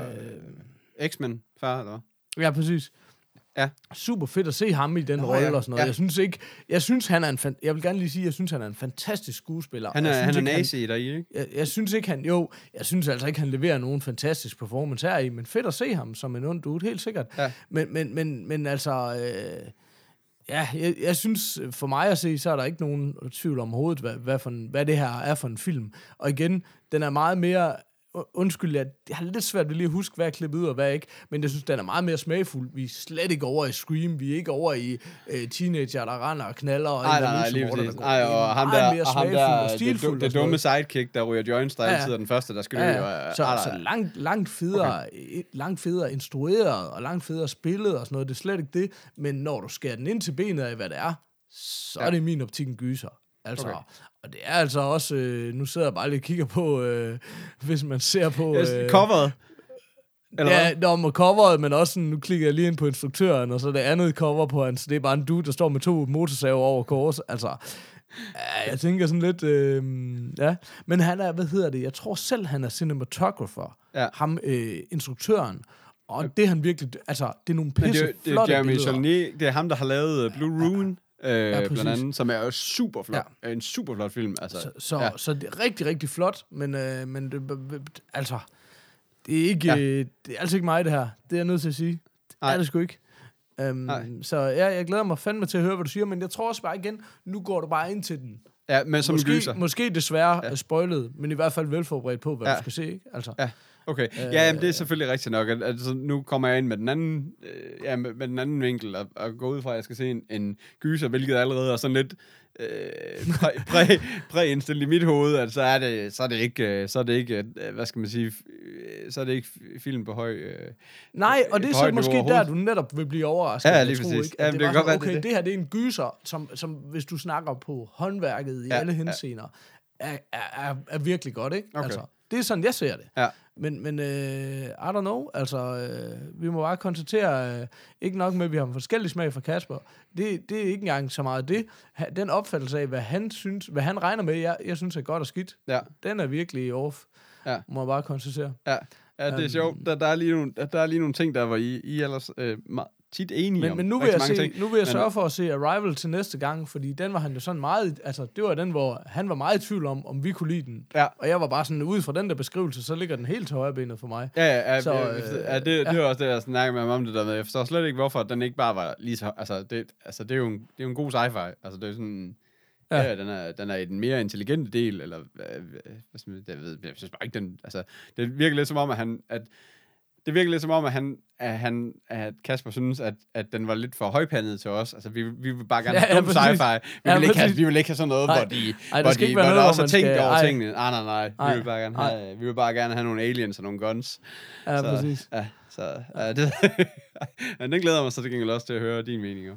Speaker 2: Øh, X-Men, far, eller
Speaker 3: Ja, præcis.
Speaker 2: Ja.
Speaker 3: Super fedt at se ham i den
Speaker 2: Nå,
Speaker 3: rolle
Speaker 2: ja.
Speaker 3: og sådan noget.
Speaker 2: Ja.
Speaker 3: Jeg synes ikke... Jeg synes, han er en... Fan, jeg vil gerne lige sige, jeg synes, han er en fantastisk skuespiller.
Speaker 2: Han er,
Speaker 3: jeg
Speaker 2: han er
Speaker 3: ikke,
Speaker 2: nazi deri, ikke?
Speaker 3: Jeg, jeg synes ikke, han... Jo, jeg synes altså ikke, han leverer nogen fantastisk performance her i, men fedt at se ham som en ond dude, helt sikkert.
Speaker 2: Ja.
Speaker 3: Men, men, men, men altså... Øh, Ja, jeg, jeg synes, for mig at se, så er der ikke nogen tvivl om hovedet, hvad, hvad, for en, hvad det her er for en film. Og igen, den er meget mere... Undskyld, jeg, jeg har lidt svært ved lige at huske, hvad jeg klippet ud og hvad ikke, men jeg synes, den er meget mere smagfuld. Vi er slet ikke over i Scream, vi er ikke over i øh, teenager, der render og knaller. Og
Speaker 2: nej, nej, nej, lige præcis. Ej, og ham der, og ham der det, det dumme sidekick, der ryger joints, der ja, altid er den første, der skal løbe.
Speaker 3: Ja, ja. Så, så langt, langt, federe, okay. langt federe instrueret, og langt federe spillet og sådan noget, det er slet ikke det, men når du skærer den ind til benet af, hvad det er, så ja. er det i min optik en gyser. Altså, okay. Og det er altså også, øh, nu sidder jeg bare lige og kigger på, øh, hvis man ser på... Øh,
Speaker 2: coveret? Eller
Speaker 3: ja, når man coveret, men også sådan, nu klikker jeg lige ind på instruktøren, og så det andet cover på hans, det er bare en dude, der står med to motorsaver over kors. Altså, øh, jeg tænker sådan lidt, øh, ja. Men han er, hvad hedder det, jeg tror selv, han er cinematographer. Ja. Ham, øh, instruktøren. Og ja. det er han virkelig, altså, det er nogle pisse flotte
Speaker 2: det er, det er Jeremy Jolinet, det er ham, der har lavet uh, Blue Ruin. Øh, ja, blandt andet, som er jo super flot. Ja. En super flot film. Altså,
Speaker 3: så, så,
Speaker 2: ja.
Speaker 3: så det er rigtig, rigtig flot, men, øh, men det, altså, det er ikke, ja. øh, det er altså ikke mig, det her. Det er jeg nødt til at sige. Det er det sgu ikke. Um, så ja, jeg glæder mig fandme til at høre, hvad du siger, men jeg tror også bare igen, nu går du bare ind til den.
Speaker 2: Ja, men som
Speaker 3: måske,
Speaker 2: gyser.
Speaker 3: Måske desværre ja. spoilet, men i hvert fald velforberedt på, hvad ja. du skal se, ikke? Altså.
Speaker 2: Ja. Okay, ja, jamen, det er selvfølgelig rigtigt nok. Altså, nu kommer jeg ind med den anden, øh, ja, med, med den anden vinkel, og, og gå ud fra, at jeg skal se en, en gyser, hvilket allerede er sådan lidt øh, præ, præ, præindstillet i mit hoved, at så er det, så er det ikke, så er det ikke, hvad skal man sige, så er det ikke film på høj øh,
Speaker 3: nej, og det er så måske der, du netop vil blive overrasket.
Speaker 2: Ja, lige præcis. Ikke,
Speaker 3: jamen, det, det, sådan, okay, det, det her det er en gyser, som, som hvis du snakker på håndværket i ja, alle henseender, ja. er, er, er, er virkelig godt, ikke?
Speaker 2: Okay.
Speaker 3: Altså, det er sådan, jeg ser det.
Speaker 2: Ja.
Speaker 3: Men, men øh, I don't know, altså, øh, vi må bare konstatere, øh, ikke nok med, at vi har en forskellig smag fra Kasper. Det, det er ikke engang så meget det. Ha, den opfattelse af, hvad han synes, hvad han regner med, jeg, jeg synes er godt og skidt,
Speaker 2: ja. den
Speaker 3: er virkelig off. Ja. Må jeg bare konstatere.
Speaker 2: Ja, ja det er um, sjovt. Der, der, er lige nogle, der, der er lige nogle ting, der var I, I ellers øh, meget, tit enige
Speaker 3: men,
Speaker 2: om.
Speaker 3: Men nu vil jeg, se,
Speaker 2: ting.
Speaker 3: nu vil jeg
Speaker 2: men,
Speaker 3: sørge for at se Arrival til næste gang, fordi den var han jo sådan meget, altså det var den, hvor han var meget i tvivl om, om vi kunne lide den.
Speaker 2: Ja.
Speaker 3: Og jeg var bare sådan, ud fra den der beskrivelse, så ligger den helt til højrebenet for mig.
Speaker 2: Ja, ja, ja,
Speaker 3: så,
Speaker 2: øh, ja det, det, ja. det var også det, jeg snakkede med ham om det der med. Jeg forstår slet ikke, hvorfor den ikke bare var lige så, altså det, altså, det er jo en, det er jo en god sci-fi. Altså det er sådan, ja, ja den, er, den er i den mere intelligente del, eller, hvad, jeg ved, jeg synes bare ikke, den, altså, det virker lidt som om, at han, at det virker lidt som om, at han, at, han, at Kasper synes, at, at den var lidt for højpandet til os. Altså, vi, vi vil bare gerne
Speaker 3: ja,
Speaker 2: have dum
Speaker 3: ja,
Speaker 2: sci-fi. Vi,
Speaker 3: ja,
Speaker 2: vil ikke have, vi vil ikke have sådan noget,
Speaker 3: ej,
Speaker 2: hvor de,
Speaker 3: ej,
Speaker 2: hvor de, hvor
Speaker 3: noget,
Speaker 2: der også har tænkt
Speaker 3: skal,
Speaker 2: over
Speaker 3: ej.
Speaker 2: tingene. Nej, nej, nej. Vi vil bare gerne have, vi vil bare gerne have nogle aliens og nogle guns.
Speaker 3: Ja,
Speaker 2: så,
Speaker 3: præcis.
Speaker 2: Ja, så ja, det, ja, den glæder mig så til gengæld også til at høre din mening om.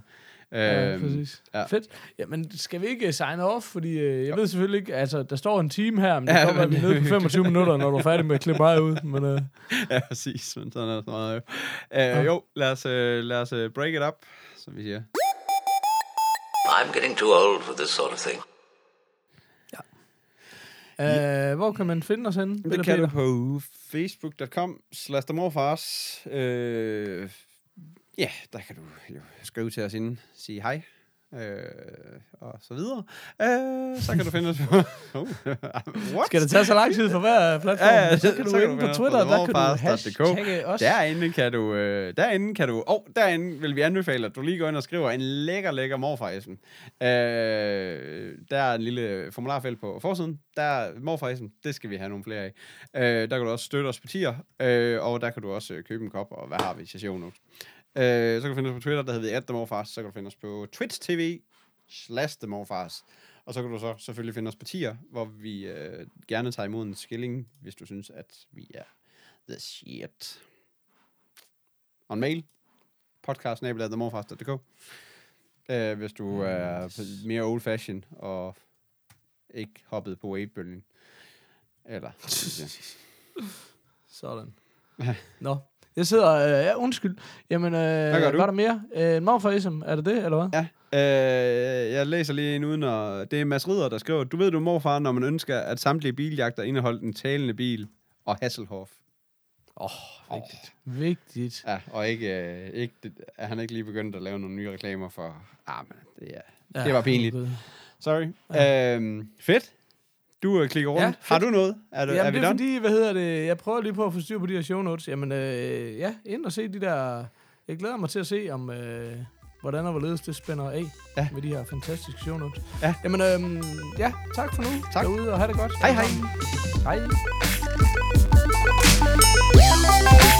Speaker 3: Ja,
Speaker 2: Øhm,
Speaker 3: præcis.
Speaker 2: ja.
Speaker 3: Fedt. Jamen, skal vi ikke sign off? Fordi øh, jeg ved selvfølgelig ikke, altså, der står en time her, men det
Speaker 2: Ja,
Speaker 3: kan godt være, at vi
Speaker 2: men-
Speaker 3: er nede på femogtyve minutter, når du er færdig med at klippe mig ud. Men, øh,
Speaker 2: Ja, præcis. Men sådan er det så meget. Jo, uh, jo lad os, uh, lad os uh, break it up, som vi siger.
Speaker 4: I'm getting too old for this sort of thing.
Speaker 3: øh, hvor kan man finde os henne? Peter
Speaker 2: Det kan du
Speaker 3: Peter?
Speaker 2: på facebook punktum com slash morfars. Øh, ja, der kan du jo skrive til os inden, sige hej, øh, og så videre. Øh, så kan du finde os på... Oh, what?
Speaker 3: Skal det tage så lang tid for hver platform?
Speaker 2: Ja, ja,
Speaker 3: så kan du
Speaker 2: så kan
Speaker 3: ind
Speaker 2: du
Speaker 3: på
Speaker 2: finde
Speaker 3: Twitter,
Speaker 2: os på
Speaker 3: der kan du
Speaker 2: morfars punktum d k.
Speaker 3: hashtagge os.
Speaker 2: Derinde kan du, øh, derinde kan du, og derinde vil vi anbefale, at du lige går ind og skriver en lækker, lækker morfarism. Øh, der er en lille formularfelt på forsiden. Der er morfarism, det skal vi have nogle flere af. Øh, der kan du også støtte os på tier, øh, og der kan du også øh, købe en kop, og hvad har vi i show notes. Øh, så kan du finde os på Twitter, der hedder vi at themorfars. Så kan du finde os på Twitch T V slash themorfars. Og så kan du så selvfølgelig finde os på tier, hvor vi øh, gerne tager imod en skilling, hvis du synes, at vi er the shit. Og en mail. podcast snabel-a themorfars punktum d k. Øh, hvis du er mere old-fashioned og ikke hoppet på wave-bølgen. Eller...
Speaker 3: Sådan. Nå. Jeg sidder... Øh, ja, undskyld. Jamen, øh,
Speaker 2: Hvad gør du?
Speaker 3: var der mere? Øh, en morfarism, er det det, eller hvad?
Speaker 2: Ja. Øh, jeg læser lige en uden, og det er Mads Ridder, der skriver, du ved du morfar, når man ønsker, at samtlige biljagter indeholdt en talende bil og Hasselhoff.
Speaker 3: Åh, oh, vigtigt. Oh. Vigtigt.
Speaker 2: Ja, og ikke, øh, ikke det, er han ikke lige begyndt at lave nogle nye reklamer for... Ah, men det, er, ja, det var pinligt.
Speaker 3: Okay.
Speaker 2: Sorry. Ja. Øhm, fedt. Du øh, klikker rundt.
Speaker 3: Ja,
Speaker 2: Ja, Har du noget? Er, du,
Speaker 3: Jamen,
Speaker 2: er vi
Speaker 3: det er
Speaker 2: done?
Speaker 3: fordi, hvad hedder det, jeg prøver lige på at få styr på de her show notes. Jamen, øh, ja, ind og se de der... Jeg glæder mig til at se, om øh, hvordan og hvorledes det spænder af
Speaker 2: Ja.
Speaker 3: med de her fantastiske show notes.
Speaker 2: Ja.
Speaker 3: Jamen, øh, ja, tak for nu.
Speaker 2: Tak.
Speaker 3: Derude, og have det godt.
Speaker 2: Hej, hej.
Speaker 3: Hej.